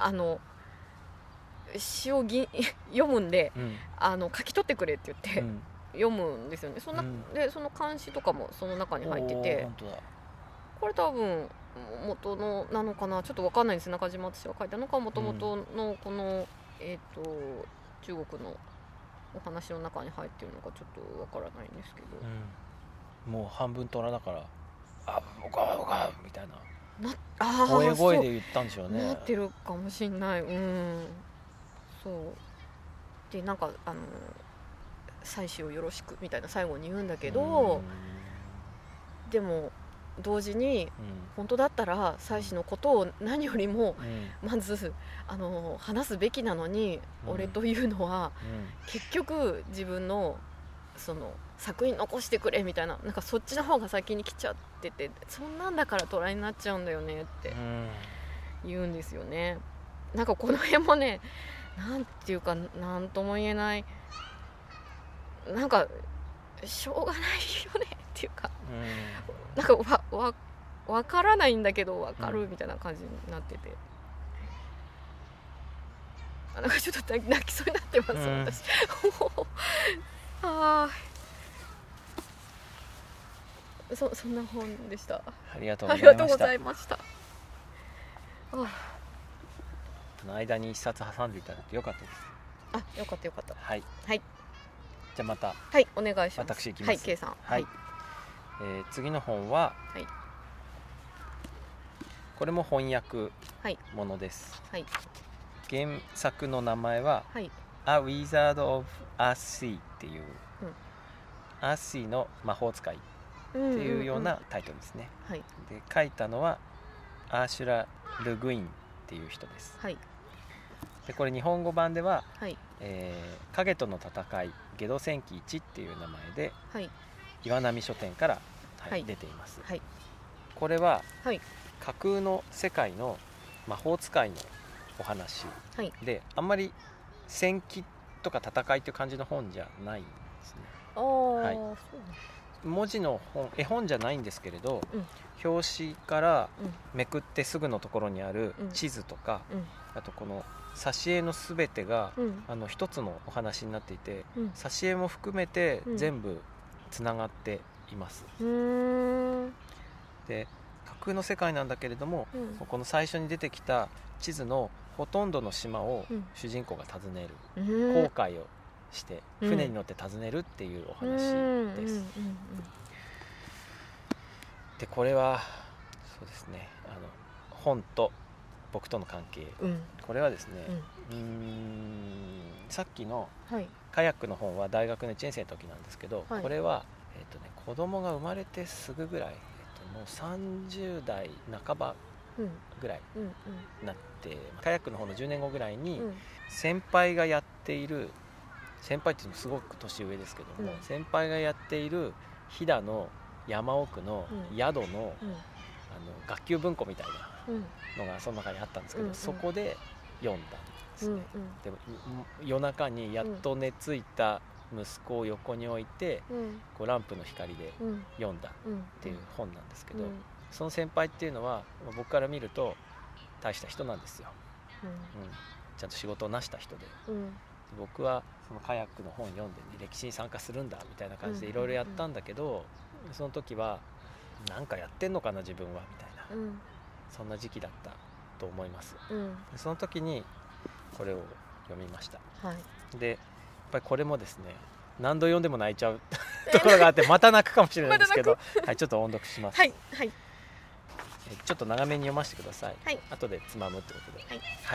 [SPEAKER 1] 詩を読むんで、書き取ってくれって言って、読むんですよね。でその漢詩とかもその中に入ってて、これ多分元のなのかな、ちょっと分かんないんです。中島敦が書いたのか元々のこの、中国のお話の中に入ってるのかちょっと分からないんですけど、
[SPEAKER 2] もう半分虎だから僕はみたいな声で言ったんでしょうね。
[SPEAKER 1] なってるかもしんない。そうでなんか妻子をよろしくみたいな最後に言うんだけど、でも同時に、本当だったら妻子のことを何よりもまず話すべきなのに、俺というのは、結局自分のその作品残してくれみたいな、なんかそっちの方が先に来ちゃってて、そんなんだから虎になっちゃうんだよねって言うんですよね。なんかこの辺もね、なんていうかなんとも言えない、なんかしょうがないよねっていうか、なんかわからないんだけどわかるみたいな感じになってて、なんかちょっと泣きそうになってます、私。そんな本でした。
[SPEAKER 2] ありがとうございました。の間に一冊挟んでいただいてよかったです。
[SPEAKER 1] よかった。
[SPEAKER 2] はい。じゃあまた。
[SPEAKER 1] はい、お願いします。
[SPEAKER 2] 私行きます。
[SPEAKER 1] K さん。
[SPEAKER 2] 次の本は、これも翻訳ものです。原作の名前は、A Wizard of Earthsea っていう、アースシーの魔法使いっていうようなタイトルですね。で書いたのはアーシュラ・ルグインっていう人です。 でこれ日本語版では、
[SPEAKER 1] はい、
[SPEAKER 2] 影との戦いゲド戦記1っていう名前で、
[SPEAKER 1] はい、
[SPEAKER 2] 岩波書店から、はい、
[SPEAKER 1] はい、
[SPEAKER 2] 出ています、
[SPEAKER 1] はい、
[SPEAKER 2] これは、
[SPEAKER 1] はい、
[SPEAKER 2] 架空の世界の魔法使いのお話で、はい、あんまり戦記とか戦いっていう感じの本じゃないんですね。はい、そう文字の本、絵本じゃないんですけれど、うん、表紙からめくってすぐのところにある地図とか、うん、あとこの挿絵のすべてが、うん、一つのお話になっていて、うん、挿絵も含めて全部つながっています、うん、で架空の世界なんだけれども、うん、この最初に出てきた地図のほとんどの島を主人公が訪ねる、航海をして船に乗って訪ねるっていうお話です、でこれはそうですね、本と僕との関係、うん、これはですね、さっきのカヤックの本は大学の1年生の時なんですけど、はい、これは、子供が生まれてすぐぐらい、もう30代半ばぐらいになって、カヤックの方の10年後ぐらいに先輩がやっている、先輩っていうのもすごく年上ですけども、先輩がやっている飛騨の山奥の宿の、学級文庫みたいなのがその中にあったんですけど、そこで読んだんですね、でも夜中にやっと寝ついた息子を横に置いて、こうランプの光で読んだっていう本なんですけど、その先輩っていうのは僕から見ると大した人なんですよ、ちゃんと仕事をなした人で、僕はそのカヤックの本読んで、歴史に参加するんだみたいな感じでいろいろやったんだけど、その時はなんかやってんのかな自分はみたいな、そんな時期だったと思います、その時にこれを読みました、はい、でやっぱりこれもですね、何度読んでも泣いちゃうところがあってまた泣くかもしれないんですけど、はい、ちょっと音読します、はいはい、ちょっと長めに読ませてください、はい、後でつまむってことで、はいはい、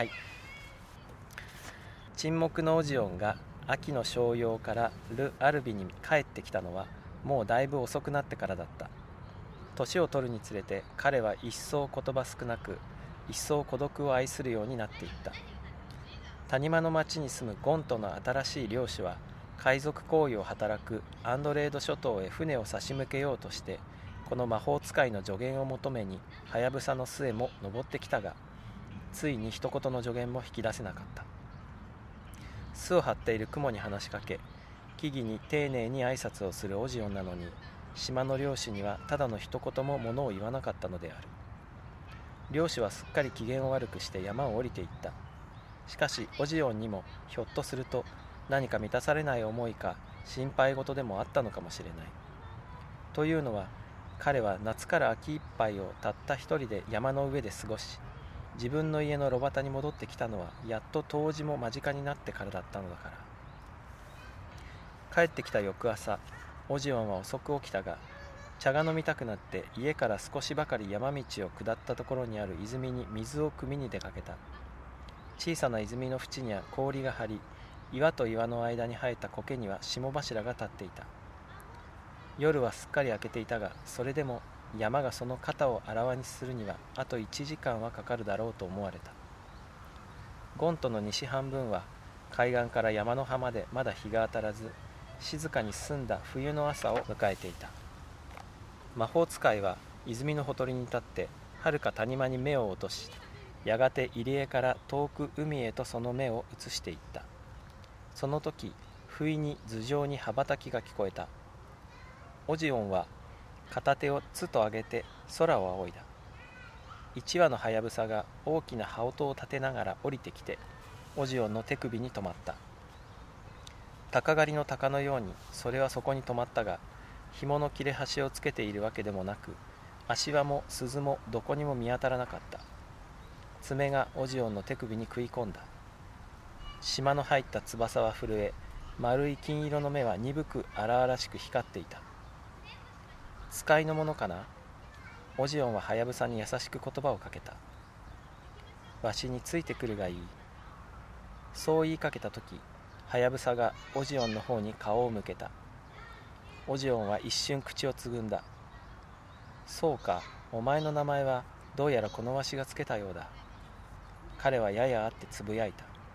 [SPEAKER 2] 沈黙のオジオンが秋の商用からル・アルビに帰ってきたのはもうだいぶ遅くなってからだった。年を取るにつれて彼は一層言葉少なく、一層孤独を愛するようになっていった。谷間の町に住むゴントの新しい漁師は海賊行為を働くアンドレード諸島へ船を差し向けようとして、この魔法使いの助言を求めにハヤブサの巣へも登ってきたが、ついに一言の助言も引き出せなかった。巣を張っている雲に話しかけ、木々に丁寧に挨拶をするオジオンなのに、島の漁師にはただの一言も物を言わなかったのである。漁師はすっかり機嫌を悪くして山を降りていった。しかしオジオンにもひょっとすると何か満たされない思いか心配事でもあったのかもしれない。というのは、彼は夏から秋いっぱいをたった一人で山の上で過ごし、自分の家の炉端に戻ってきたのはやっと冬至も間近になってからだったのだから。帰ってきた翌朝、オジオンは遅く起きたが、茶が飲みたくなって家から少しばかり山道を下ったところにある泉に水を汲みに出かけた。小さな泉の縁には氷が張り、岩と岩の間に生えた苔には霜柱が立っていた。夜はすっかり明けていたが、それでも山がその肩をあらわにするにはあと1時間はかかるだろうと思われた。ゴントの西半分は海岸から山の葉までまだ日が当たらず、静かに澄んだ冬の朝を迎えていた。魔法使いは泉のほとりに立ってはるか谷間に目を落とし、やがて入り江から遠く海へとその目を移していった。その時、不意に頭上に羽ばたきが聞こえた。オジオンは片手をつと上げて空を仰いだ。一羽のハヤブサが大きな羽音を立てながら降りてきて、オジオンの手首に止まった。鷹狩りの鷹のようにそれはそこに止まったが、紐の切れ端をつけているわけでもなく、足輪も鈴もどこにも見当たらなかった。爪がオジオンの手首に食い込んだ。島の入った翼は震え、丸い金色の目は鈍く荒々しく光っていた。使いのものかな。オジオンはハヤブサに優しく言葉をかけた。わしについてくるがいい。そう言いかけたとき、ハヤブサがオジオンの方に顔を向けた。オジオンは一瞬口をつぐんだ。そうか、お前の名前はどうやらこのわしがつけたようだ。彼はややあってつぶやいた。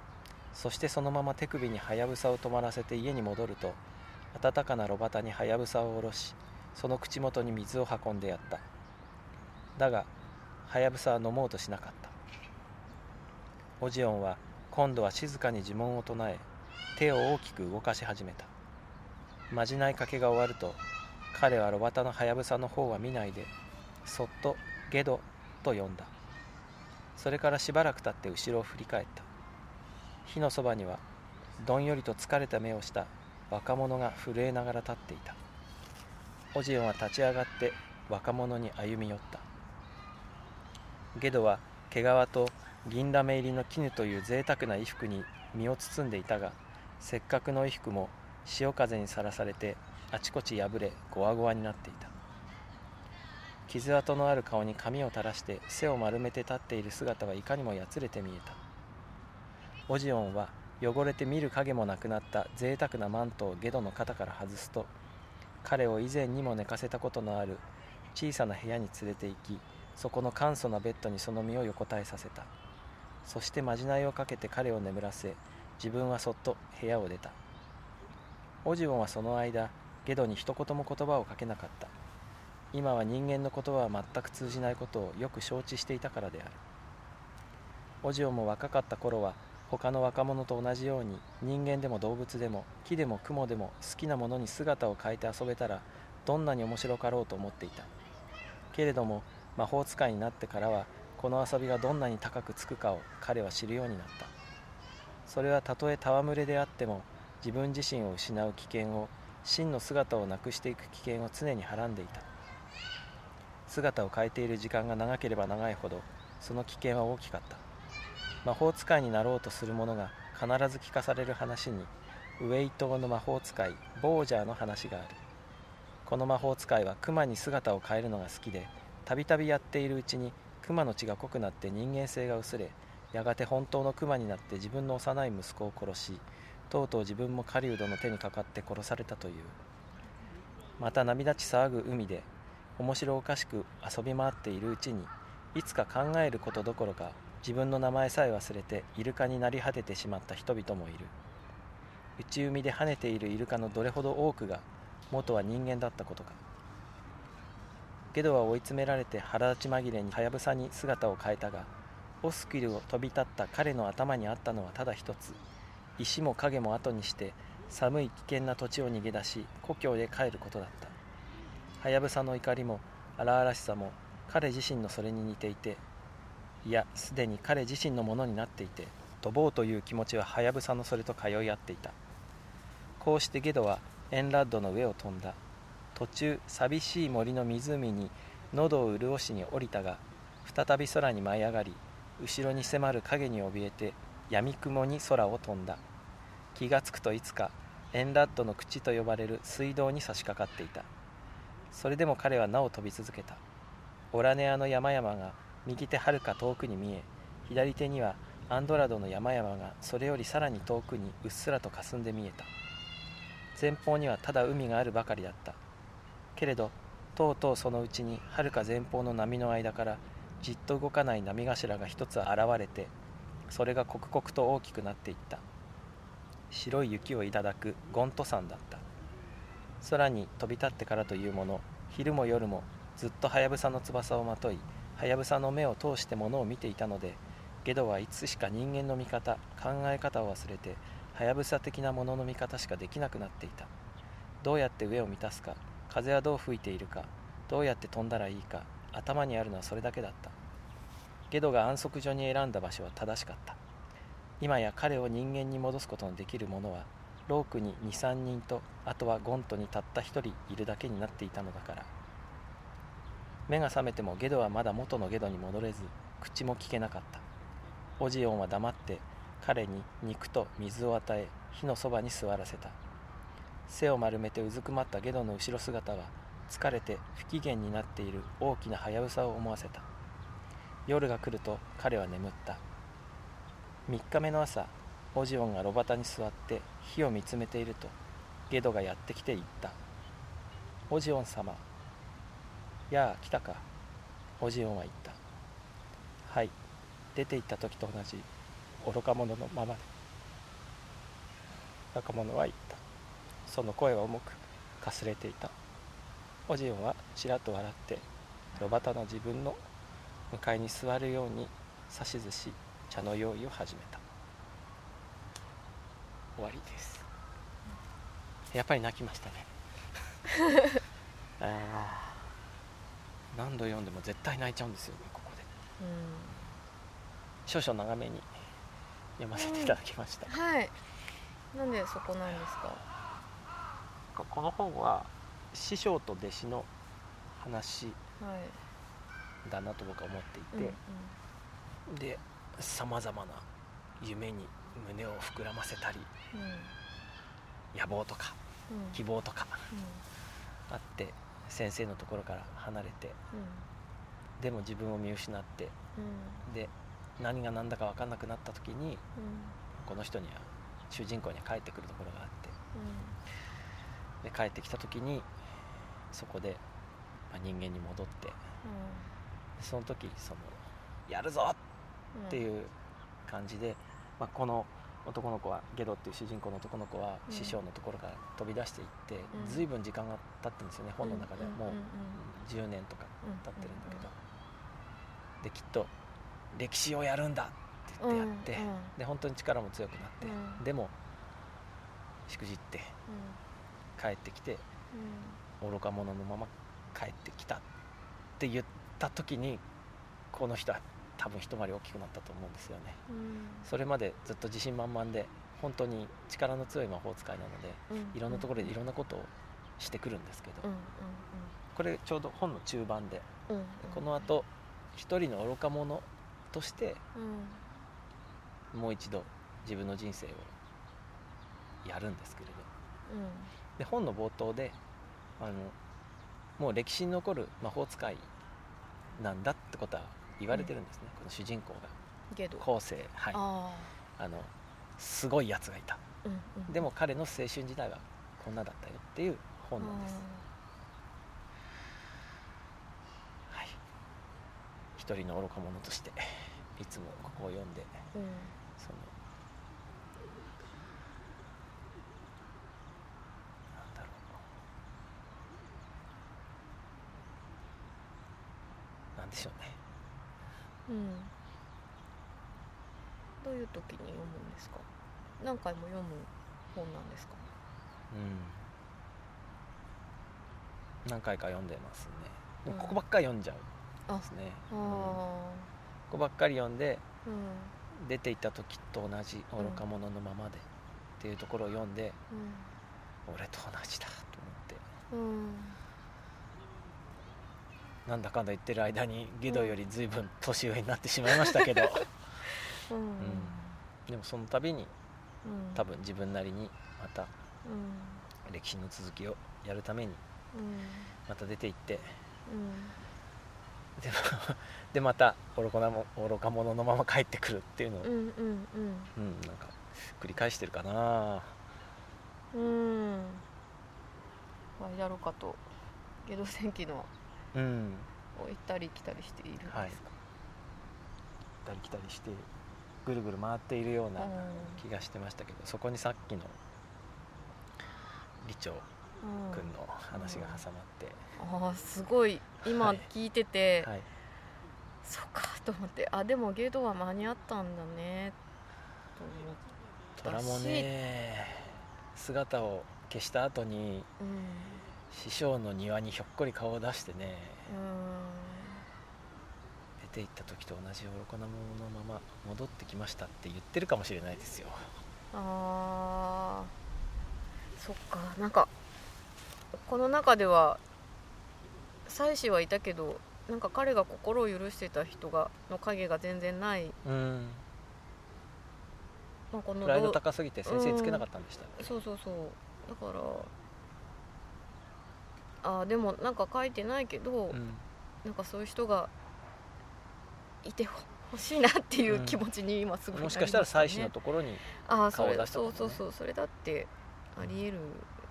[SPEAKER 2] そしてそのまま手首にはやぶさを止まらせて家に戻ると、暖かな炉端にはやぶさを下ろし、その口元に水を運んでやった。だがはやぶさは飲もうとしなかった。オジオンは今度は静かに呪文を唱え、手を大きく動かし始めた。まじないかけが終わると、彼は炉端のはやぶさの方は見ないで、そっとゲドと呼んだ。それからしばらく経って後ろを振り返った。火のそばにはどんよりと疲れた目をした若者が震えながら立っていた。オジオンは立ち上がって若者に歩み寄った。ゲドは毛皮と銀ラメ入りの絹という贅沢な衣服に身を包んでいたが、せっかくの衣服も潮風にさらされてあちこち破れゴワゴワになっていた。傷跡のある顔に髪を垂らして背を丸めて立っている姿はいかにもやつれて見えた。オジオンは汚れて見る影もなくなった贅沢なマントをゲドの肩から外すと、彼を以前にも寝かせたことのある小さな部屋に連れて行き、そこの簡素なベッドにその身を横たえさせた。そしてまじないをかけて彼を眠らせ、自分はそっと部屋を出た。オジオンはその間ゲドに一言も言葉をかけなかった。今は人間の言葉は全く通じないことをよく承知していたからである。オジオンも若かった頃は他の若者と同じように、人間でも動物でも木でも雲でも好きなものに姿を変えて遊べたらどんなに面白かろうと思っていた。けれども魔法使いになってからは、この遊びがどんなに高くつくかを彼は知るようになった。それはたとえ戯れであっても、自分自身を失う危険を、真の姿をなくしていく危険を常にはらんでいた。姿を変えている時間が長ければ長いほど、その危険は大きかった。魔法使いになろうとする者が必ず聞かされる話に、ウェイ島の魔法使いボージャーの話がある。この魔法使いは熊に姿を変えるのが好きで、たびたびやっているうちに熊の血が濃くなって人間性が薄れ、やがて本当の熊になって自分の幼い息子を殺し、とうとう自分も狩人の手にかかって殺されたという。また波立ち騒ぐ海で面白おかしく遊び回っているうちに、いつか考えることどころか自分の名前さえ忘れてイルカになり果ててしまった人々もいる。内海で跳ねているイルカのどれほど多くが元は人間だったことか。ゲドは追い詰められて腹立ち紛れにハヤブサに姿を変えたが、オスキルを飛び立った彼の頭にあったのはただ一つ。石も影も後にして寒い危険な土地を逃げ出し、故郷へ帰ることだった。ハヤブサの怒りも荒々しさも彼自身のそれに似ていて、いやすでに彼自身のものになっていて、飛ぼうという気持ちはハヤブサのそれと通い合っていた。こうしてゲドはエンラッドの上を飛んだ。途中寂しい森の湖に喉を潤しに降りたが、再び空に舞い上がり、後ろに迫る影に怯えて闇雲に空を飛んだ。気がつくといつかエンラッドの口と呼ばれる水道に差し掛かっていた。それでも彼はなお飛び続けた。オラネアの山々が右手はるか遠くに見え、左手にはアンドラドの山々がそれよりさらに遠くにうっすらと霞んで見えた。前方にはただ海があるばかりだった。けれどとうとうそのうちにはるか前方の波の間からじっと動かない波頭が一つ現れて、それが刻々と大きくなっていった。白い雪をいただくゴント山だった。空に飛び立ってからというもの、昼も夜もずっとハヤブサの翼をまとい、ハヤブサの目を通してものを見ていたので、ゲドはいつしか人間の見方、考え方を忘れてハヤブサ的なものの見方しかできなくなっていた。どうやって上を満たすか、風はどう吹いているか、どうやって飛んだらいいか、頭にあるのはそれだけだった。ゲドが安息所に選んだ場所は正しかった。今や彼を人間に戻すことのできる者はロークに 2,3 人と、あとはゴントにたった一人いるだけになっていたのだから。目が覚めてもゲドはまだ元のゲドに戻れず、口も聞けなかった。オジオンは黙って彼に肉と水を与え、火のそばに座らせた。背を丸めてうずくまったゲドの後ろ姿は、疲れて不機嫌になっている大きなハヤブサを思わせた。夜が来ると彼は眠った。3日目の朝、オジオンが炉端に座って火を見つめていると、ゲドがやってきて言った。オジオン様。やあ来たか。オジオンは言った。はい、出て行った時と同じ愚か者のままで。 若者は言った。その声は重くかすれていた。おじんはちらっと笑って炉端の自分の向かいに座るように指し寿司茶の用意を始めた。終わりです。やっぱり泣きましたね何度読んでも絶対泣いちゃうんですよね、ここで。少々長めに読ませていただきました。
[SPEAKER 1] はい。なんでそこなんですか？
[SPEAKER 2] この本は師匠と弟子の話だなと僕は思っていて、でさまざまな夢に胸を膨らませたり、野望とか、希望とか、あって先生のところから離れて、でも自分を見失って、で何が何だか分かんなくなった時に、この人には主人公には帰ってくるところがあって、で帰ってきた時にそこで、人間に戻って、その時やるぞっていう感じで、この男の子はゲドっていう主人公の男の子は師匠のところから飛び出していって、随分時間が経ってるんですよね。本の中ではもう10年とか経ってるんだけど、できっと歴史をやるんだって言ってやって、で本当に力も強くなって、でもしくじって帰ってきて、愚か者のまま帰ってきたって言った時に、この人は多分一回り大きくなったと思うんですよね。それまでずっと自信満々で本当に力の強い魔法使いなので、いろんなところでいろんなことをしてくるんですけど、これちょうど本の中盤で、このあと一人の愚か者として、もう一度自分の人生をやるんですけれど、で本の冒頭でもう歴史に残る魔法使いなんだってことは言われてるんですね、この主人公が後世、すごいやつがいた、でも彼の青春時代はこんなだったよっていう本なんです。一人の愚か者としていつもここを読んで、なんでしょうね。
[SPEAKER 1] どういう時に読むんですか？何回も読む本なんですか？
[SPEAKER 2] 何回か読んでますね。ここばっかり読んじゃうですね。ここばっかり読んで、出ていった時と同じ愚か者のままでっていうところを読んで、俺と同じだと思って、なんだかんだ言ってる間にゲドより随分年上になってしまいましたけど、でもその度に多分自分なりにまた歴史の続きをやるためにまた出ていって、でまた愚か者のまま帰ってくるっていうのを、なんか繰り返してるかな。
[SPEAKER 1] ワイダロカとゲド戦記のを行ったり来たりしているんですか？行
[SPEAKER 2] ったり来たりしてぐるぐる回っているような気がしてましたけど、そこにさっきの李長君の話が挟まって、
[SPEAKER 1] すごい今聞いてて、そっかと思って、でもゲドは間に合ったんだねと思ったし、
[SPEAKER 2] 虎もね姿を消した後に、師匠の庭にひょっこり顔を出してね、出て行った時と同じ愚かなもののまま戻ってきましたって言ってるかもしれないですよ。
[SPEAKER 1] そっか。なんかこの中では妻子はいたけど、なんか彼が心を許してた人の影が全然ない。
[SPEAKER 2] プライド高すぎて先生つけなかったんでしたね。
[SPEAKER 1] そうだからでもなんか書いてないけど、なんかそういう人がいてほしいなっていう気持ちに今すごいなりましたね。
[SPEAKER 2] もしかしたら妻子のところに顔を出したかもね。
[SPEAKER 1] そうそれだってありえるね。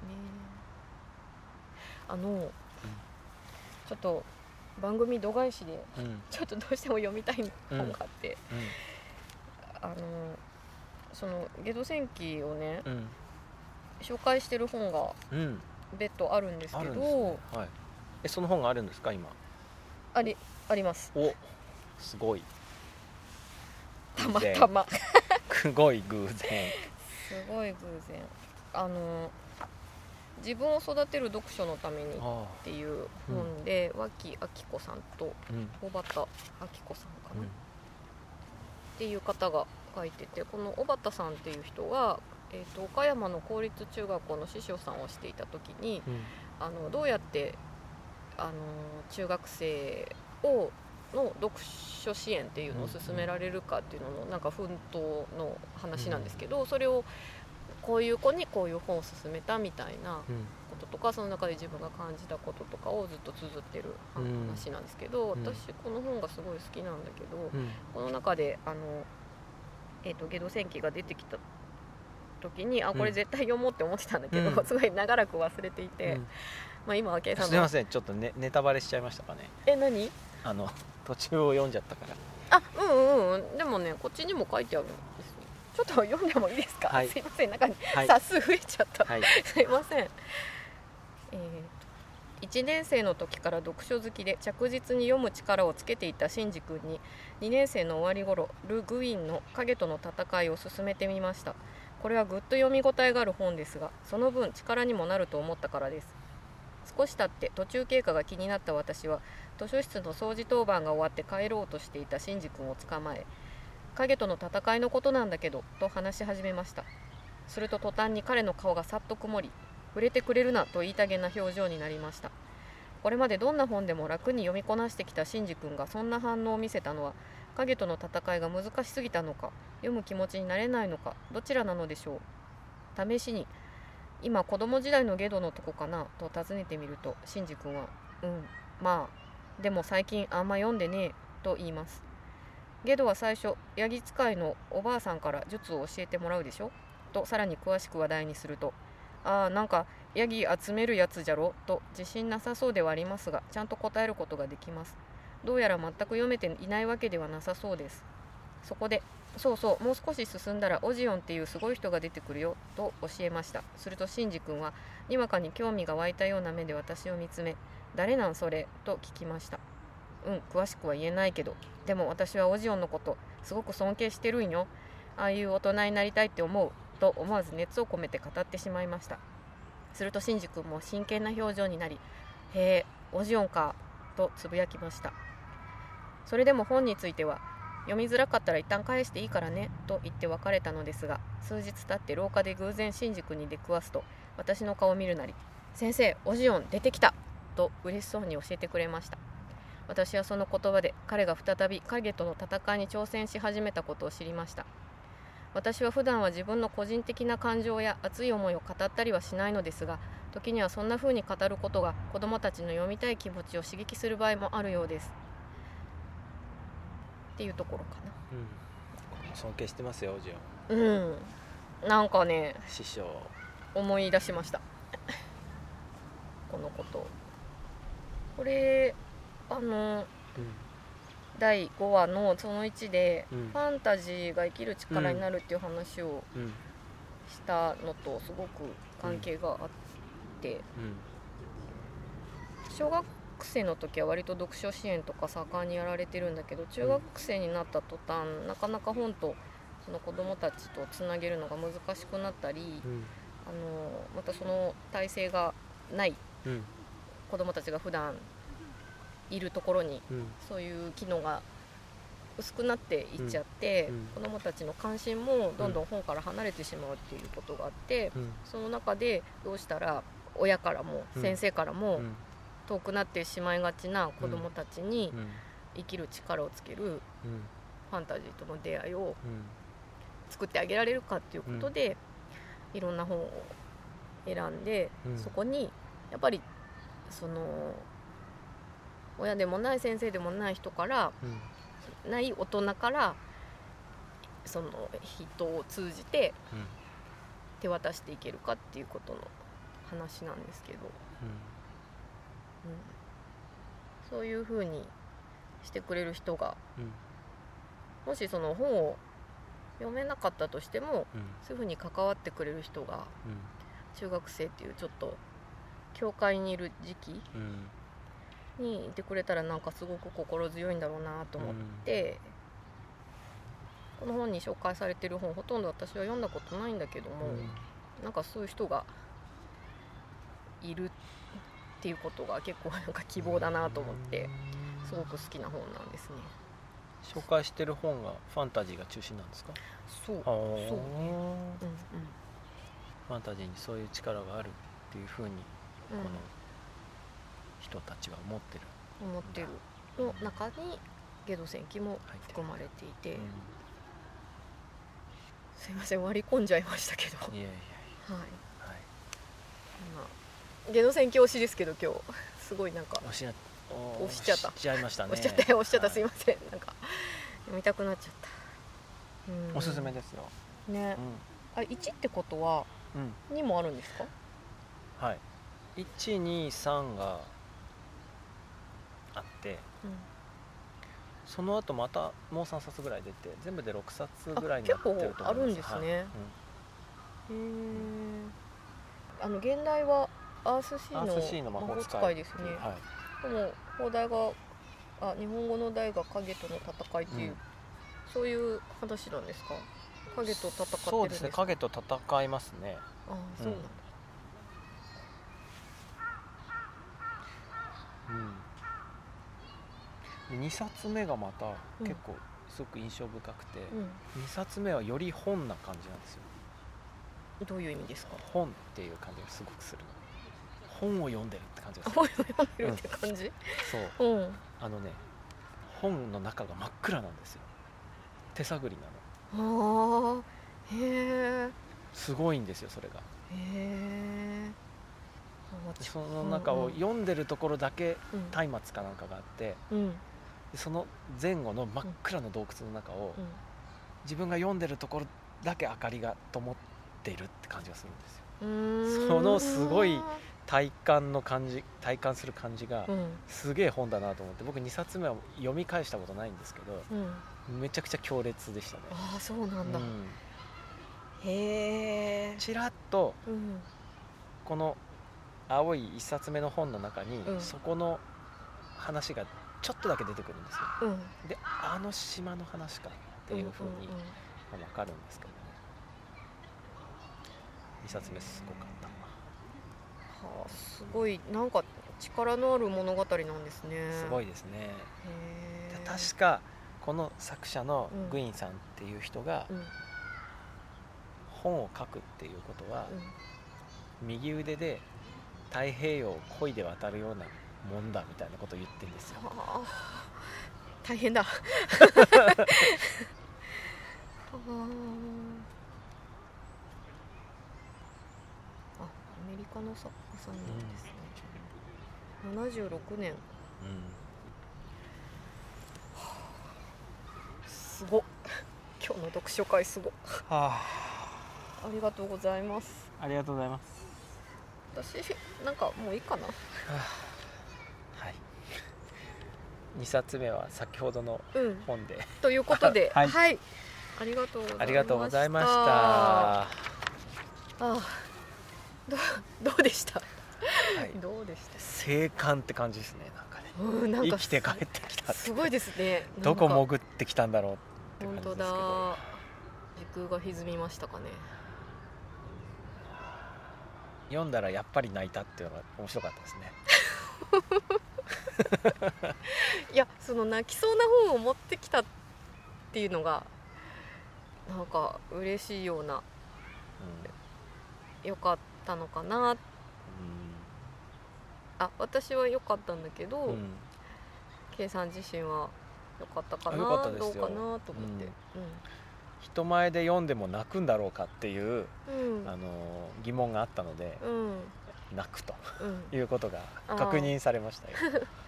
[SPEAKER 1] ちょっと番組度外視で、ちょっとどうしても読みたい本があって、そのゲド戦記をね、 紹介してる本が別途あるんですけど、ね、
[SPEAKER 2] はい、その本があるんですか今？
[SPEAKER 1] あります
[SPEAKER 2] お、すごい
[SPEAKER 1] たまたます
[SPEAKER 2] ごい偶然
[SPEAKER 1] すごい偶然自分を育てる読書のためにっていう本で、脇明子さんと小畑明子さんかな、っていう方が書いてて、この小畑さんっていう人が、岡山の公立中学校の司書さんをしていた時に、どうやって中学生の読書支援っていうのを進められるかっていうののなんか奮闘の話なんですけど、それをこういう子にこういう本を勧めたみたいなこととか、その中で自分が感じたこととかをずっと綴ってる話なんですけど、私この本がすごい好きなんだけど、この中でゲド戦記が出てきた時にこれ絶対読もうって思ってたんだけど、すごい長らく忘れていて、今は計算
[SPEAKER 2] すいません、ちょっとネタバレしちゃいましたかね。
[SPEAKER 1] 何？
[SPEAKER 2] 途中を読んじゃったから。
[SPEAKER 1] でもね、こっちにも書いてあるんですよ。ちょっと読んでもいいですか？はい、すいません、中に冊数増えちゃった、はい、すいません。1年生の時から読書好きで着実に読む力をつけていたシンジ君に2年生の終わり頃、ル・グウィンの影との戦いを進めてみました。これはぐっと読み応えがある本ですが、その分力にもなると思ったからです。少し経って途中経過が気になった私は、図書室の掃除当番が終わって帰ろうとしていたシンジ君を捕まえ、影との戦いのことなんだけどと話し始めました。すると途端に彼の顔がさっと曇り、触れてくれるなと言いたげな表情になりました。これまでどんな本でも楽に読みこなしてきたシンジ君がそんな反応を見せたのは、影との戦いが難しすぎたのか、読む気持ちになれないのか、どちらなのでしょう。試しに今子供時代のゲドのとこかなと尋ねてみると、シンジ君はまあでも最近あんま読んでねえと言います。ゲドは最初ヤギ使いのおばあさんから術を教えてもらうでしょとさらに詳しく話題にすると、なんかヤギ集めるやつじゃろと自信なさそうではありますが、ちゃんと答えることができます。どうやら全く読めていないわけではなさそうです。そこでそうもう少し進んだらオジオンっていうすごい人が出てくるよと教えました。するとシンジ君はにわかに興味が湧いたような目で私を見つめ、誰なんそれと聞きました。詳しくは言えないけど、でも私はオジオンのことすごく尊敬してるんよ。ああいう大人になりたいって思うと思わず熱を込めて語ってしまいました。するとシンジ君も真剣な表情になり、へえ、オジオンかとつぶやきました。それでも本については、読みづらかったら一旦返していいからねと言って別れたのですが、数日経って廊下で偶然シンジ君に出くわすと、私の顔を見るなり、先生、オジオン出てきたと嬉しそうに教えてくれました。私はその言葉で彼が再び影との戦いに挑戦し始めたことを知りました。私は普段は自分の個人的な感情や熱い思いを語ったりはしないのですが、時にはそんな風に語ることが子どもたちの読みたい気持ちを刺激する場合もあるようです。っていうところかな。
[SPEAKER 2] 尊敬してますよ、オジオ
[SPEAKER 1] ン。なんかね、
[SPEAKER 2] 師匠
[SPEAKER 1] 思い出しましたこのこと。これ第5話のその1で、ファンタジーが生きる力になるっていう話をしたのとすごく関係があって、小学生の時は割と読書支援とか盛んにやられてるんだけど、中学生になった途端なかなか本とその子どもたちとつなげるのが難しくなったり、またその体制がない子どもたちが普段いるところにそういう機能が薄くなっていっちゃって、子どもたちの関心もどんどん本から離れてしまうっていうことがあって、その中でどうしたら親からも先生からも遠くなってしまいがちな子どもたちに生きる力をつけるファンタジーとの出会いを作ってあげられるかっていうことで、いろんな本を選んで、そこにやっぱりその親でもない先生でもない人から、ない大人からその人を通じて手渡していけるかっていうことの話なんですけど、そういう風にしてくれる人が、もしその本を読めなかったとしても、そういう風に関わってくれる人が中学生っていうちょっと教会にいる時期にいてくれたらなんかすごく心強いんだろうなと思って、この本に紹介されてる本ほとんど私は読んだことないんだけども、なんかそういう人がいるっていうことが結構なんか希望だなと思ってすごく好きな本なんですね。
[SPEAKER 2] 紹介してる本がファンタジーが中心なんですか？
[SPEAKER 1] そうね、
[SPEAKER 2] ファンタジーにそういう力があるっていうふうにこの人たちは思ってる
[SPEAKER 1] の中にゲド戦記も含まれていて、すいません割り込んじゃいましたけど、
[SPEAKER 2] いやいや、
[SPEAKER 1] ゲド戦記推しですけど、今日すごいなんか押しちゃった、
[SPEAKER 2] 押しちゃいましたね。
[SPEAKER 1] 押しちゃった、すいません、なんか読みたくなっちゃった。
[SPEAKER 2] おすすめですよ
[SPEAKER 1] ね。あ、1ってことは2もあるんですか？
[SPEAKER 2] はい、1、2、3があって、その後またもう3冊ぐらい出て全部で6冊ぐらいになってると思います。
[SPEAKER 1] 結構あるんですね。現代はアースシーの魔法使いですね。でも放題が日本語の題が影との戦いっていう、そういう話なんですか？影と戦ってるんですか？
[SPEAKER 2] そうですね、影と戦いますね。
[SPEAKER 1] そうなんだ。
[SPEAKER 2] 2冊目がまた結構すごく印象深くて、2冊目はより本な感じなんですよ。
[SPEAKER 1] どういう意味ですか？
[SPEAKER 2] 本っていう感じがすごくする。本を読んでるって感じがする。
[SPEAKER 1] 本を読んでるって感じ？
[SPEAKER 2] そう、本の中が真っ暗なんですよ。手探りなの。
[SPEAKER 1] へえ。
[SPEAKER 2] すごいんですよそれが。
[SPEAKER 1] へえ。
[SPEAKER 2] その中を読んでるところだけ松明かなんかがあって、その前後の真っ暗な洞窟の中を自分が読んでるところだけ明かりが灯っているって感じがするんですよ。そのすごい体感する感じがすげえ本だなと思って、僕2冊目は読み返したことないんですけど、めちゃくちゃ強烈でしたね。
[SPEAKER 1] ああ、そうなんだ。へえ。
[SPEAKER 2] ちらっとこの青い1冊目の本の中にそこの話がちょっとだけ出てくるんですよ。で、あの島の話かっていう風に分かるんですけどね。2冊目すごかった。
[SPEAKER 1] すごいなんか力のある物語なんですね。
[SPEAKER 2] すごいですね。で、確かこの作者のグインさんっていう人が本を書くっていうことは右腕で太平洋を漕いで渡るようなもんだみたいなことを言ってるんですよ。
[SPEAKER 1] 大変だ。アメリカの作家さんなんですね。76年。すごっ。今日の読書会すごっ。ありがとうございます。
[SPEAKER 2] ありがとうございます。
[SPEAKER 1] 私なんかもういいかな。
[SPEAKER 2] はい。2冊目は先ほどの本で、
[SPEAKER 1] ということで、はい、ありがとうございました。
[SPEAKER 2] ありがとうございました。
[SPEAKER 1] どうでした？どうでした？
[SPEAKER 2] 生還って感じですね。なんかね、生きて帰ってきたって。
[SPEAKER 1] すごいですね。
[SPEAKER 2] どこ潜ってきたんだろうって感じですけど。
[SPEAKER 1] 本当だ。時空が歪みましたかね。
[SPEAKER 2] 読んだらやっぱり泣いたっていうのが面白かったです
[SPEAKER 1] ね。いや、その泣きそうな本を持ってきたっていうのがなんか嬉しいような、よかったのかな。私は良かったんだけど、K さん自身は良かったかな、どうかなと思って、
[SPEAKER 2] 人前で読んでも泣くんだろうかっていう、疑問があったので、泣くということが確認されましたよ。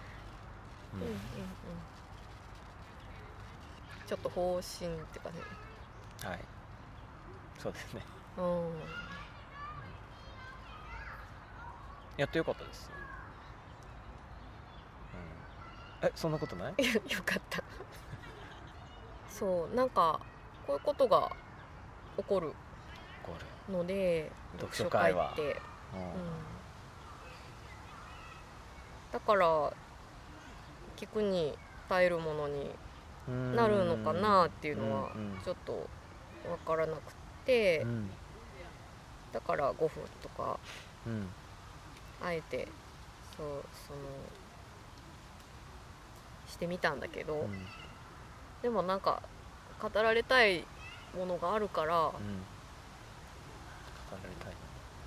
[SPEAKER 1] ちょっと方針っていうかね。
[SPEAKER 2] はい、そうですね。やってよかったです。そんなことない？
[SPEAKER 1] よかった。そう、なんかこういうことが起こる
[SPEAKER 2] る
[SPEAKER 1] ので、
[SPEAKER 2] 読書会は
[SPEAKER 1] って、だから聞くに耐えるものになるのかなっていうのはちょっと分からなくて、だから5分とか、あえてしてみたんだけど、でもなんか語られたいものがあるから、語ら
[SPEAKER 2] れたい、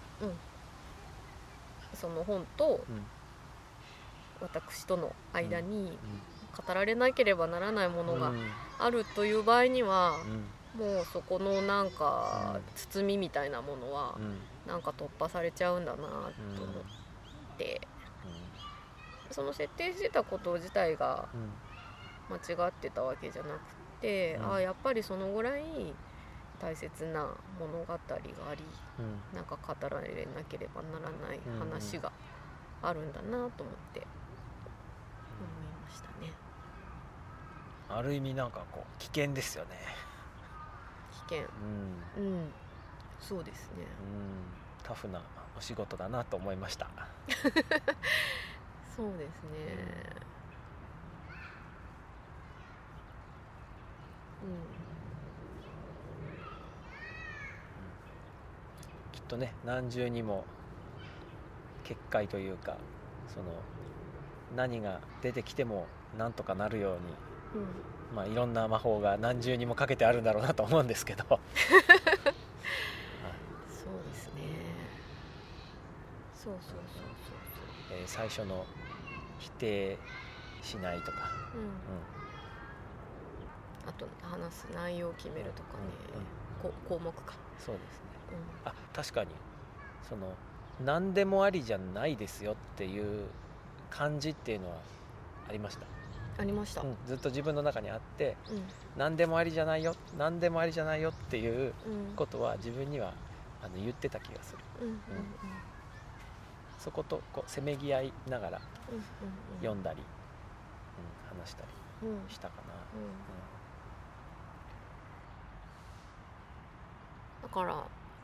[SPEAKER 1] その本と私との間に語られなければならないものがあるという場合には、もうそこのなんか包みみたいなものはなんか突破されちゃうんだなと思って、その設定してたこと自体が間違ってたわけじゃなくて、やっぱりそのぐらい大切な物語があり、なんか語られなければならない話があるんだなと思って思いましたね。
[SPEAKER 2] ある意味なんかこう危険ですよね。
[SPEAKER 1] 危険、そうですね、
[SPEAKER 2] タフなお仕事だなと思いました。
[SPEAKER 1] そうですね、
[SPEAKER 2] きっとね、何重にも結界というか、その何が出てきてもなんとかなるように、いろんな魔法が何重にもかけてあるんだろうなと思うんですけどそう
[SPEAKER 1] ですね、そう、
[SPEAKER 2] 最初の否定しないとか、
[SPEAKER 1] あと話す内容を決めるとかね、項目か。
[SPEAKER 2] そうですね、確かにその何でもありじゃないですよっていう感じっていうのはありました。ずっと自分の中にあって、何でもありじゃないよ、何でもありじゃないよっていうことは自分には言ってた気がする。そことこうせめぎ合いながら読んだり、話したりしたかな。
[SPEAKER 1] だから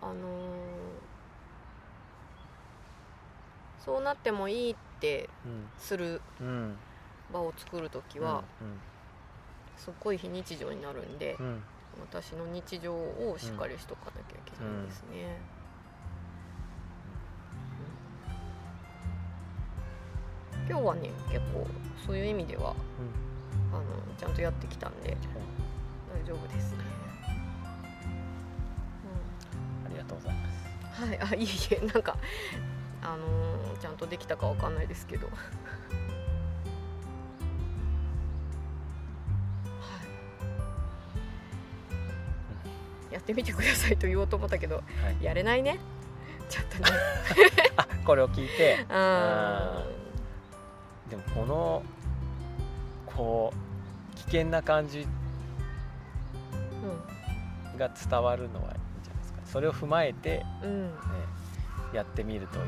[SPEAKER 1] そうなってもいいってする場を作るときは、すっごい非日常になるんで、私の日常をしっかりしとかなきゃいけないですね。今日はね、結構そういう意味では、ちゃんとやってきたんで、大丈夫ですね。
[SPEAKER 2] ありがとうございます。
[SPEAKER 1] はい、いえなんかちゃんとできたかわかんないですけどやってみてくださいと言おうと思ったけど、やれないね、ちょっとね
[SPEAKER 2] これを聞いて、でもこう危険な感じが伝わるのはいいんじゃないですか。それを踏まえて、やってみるといい。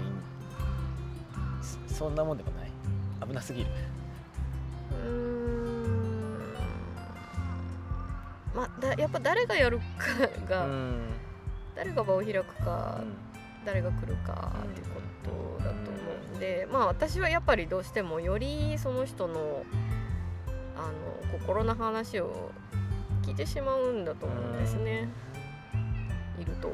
[SPEAKER 2] そんなもんでもない。危なすぎる。
[SPEAKER 1] やっぱ誰がやるかが、誰が場を開くか、誰が来るかっていうことだと思うんで、私はやっぱりどうしてもよりその人の心の話を聞いてしまうんだと思うんですね、いると。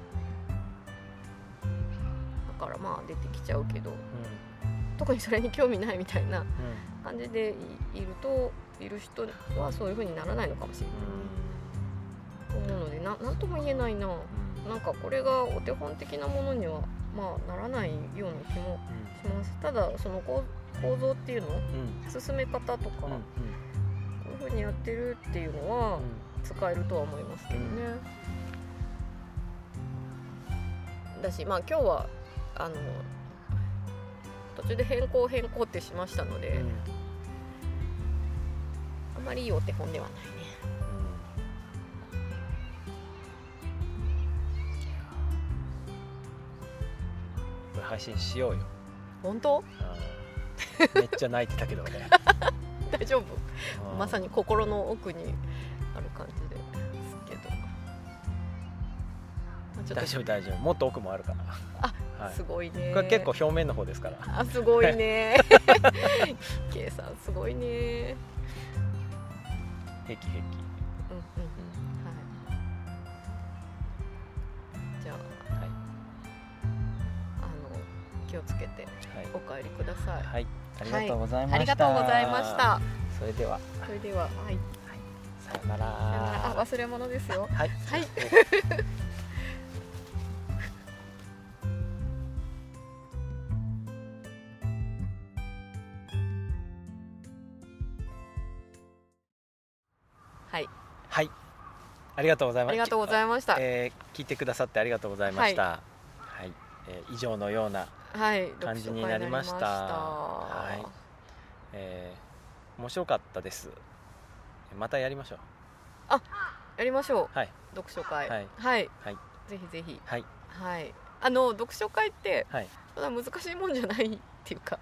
[SPEAKER 1] だから出てきちゃうけど、特にそれに興味ないみたいな感じでいる人はそういう風にならないのかもしれないと思うので、なんとも言えないな。なんかこれがお手本的なものにはならないような気もします。ただその構造っていうの、進め方とか、こういう風にやってるっていうのは使えるとは思いますけどね。だし今日は途中で変更ってしましたので、あまりいいお手本ではないね。
[SPEAKER 2] これ配信しようよ。
[SPEAKER 1] 本当？
[SPEAKER 2] めっちゃ泣いてたけどね。
[SPEAKER 1] 大丈夫？まさに心の奥にある感じですけど、
[SPEAKER 2] 大丈夫大丈夫、もっと奥もあるから。
[SPEAKER 1] はい、すごいね。
[SPEAKER 2] これ結構表面の方ですから。
[SPEAKER 1] あ、すごいね。計算すごいね。
[SPEAKER 2] 平気。
[SPEAKER 1] じゃあ、気をつけてお帰りください。
[SPEAKER 2] はい、ありがとうございました。
[SPEAKER 1] ありがとうございました。
[SPEAKER 2] それでは、
[SPEAKER 1] はい、
[SPEAKER 2] さよなら。
[SPEAKER 1] あ、忘れ物ですよ。
[SPEAKER 2] はい。はい、ありがとうございました。
[SPEAKER 1] ありがとうございました。
[SPEAKER 2] 聞いてくださってありがとうございました。はい、以上のような感じになりました。はい、面白かったです。またやりましょう。
[SPEAKER 1] あ、やりましょう。
[SPEAKER 2] はい、
[SPEAKER 1] 読書会。はい、ぜひぜひ。はい、読書会って、そんな難しいもんじゃないっていうか、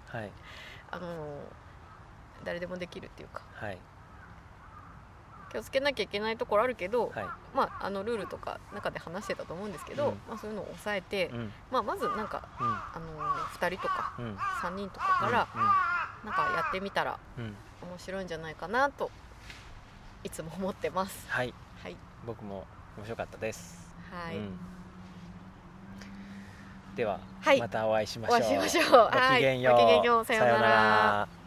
[SPEAKER 1] 誰でもできるっていうか。気をつけなきゃいけないところあるけど、ルールとか中で話してたと思うんですけど、そういうのを抑えて、まずなんか、2人とか、3人とかから、なんかやってみたら面白いんじゃないかなといつも思ってます。はい、
[SPEAKER 2] 僕も面白かったです。
[SPEAKER 1] はい、
[SPEAKER 2] では、またお会いしましょう。
[SPEAKER 1] ごきげんよう。さようなら。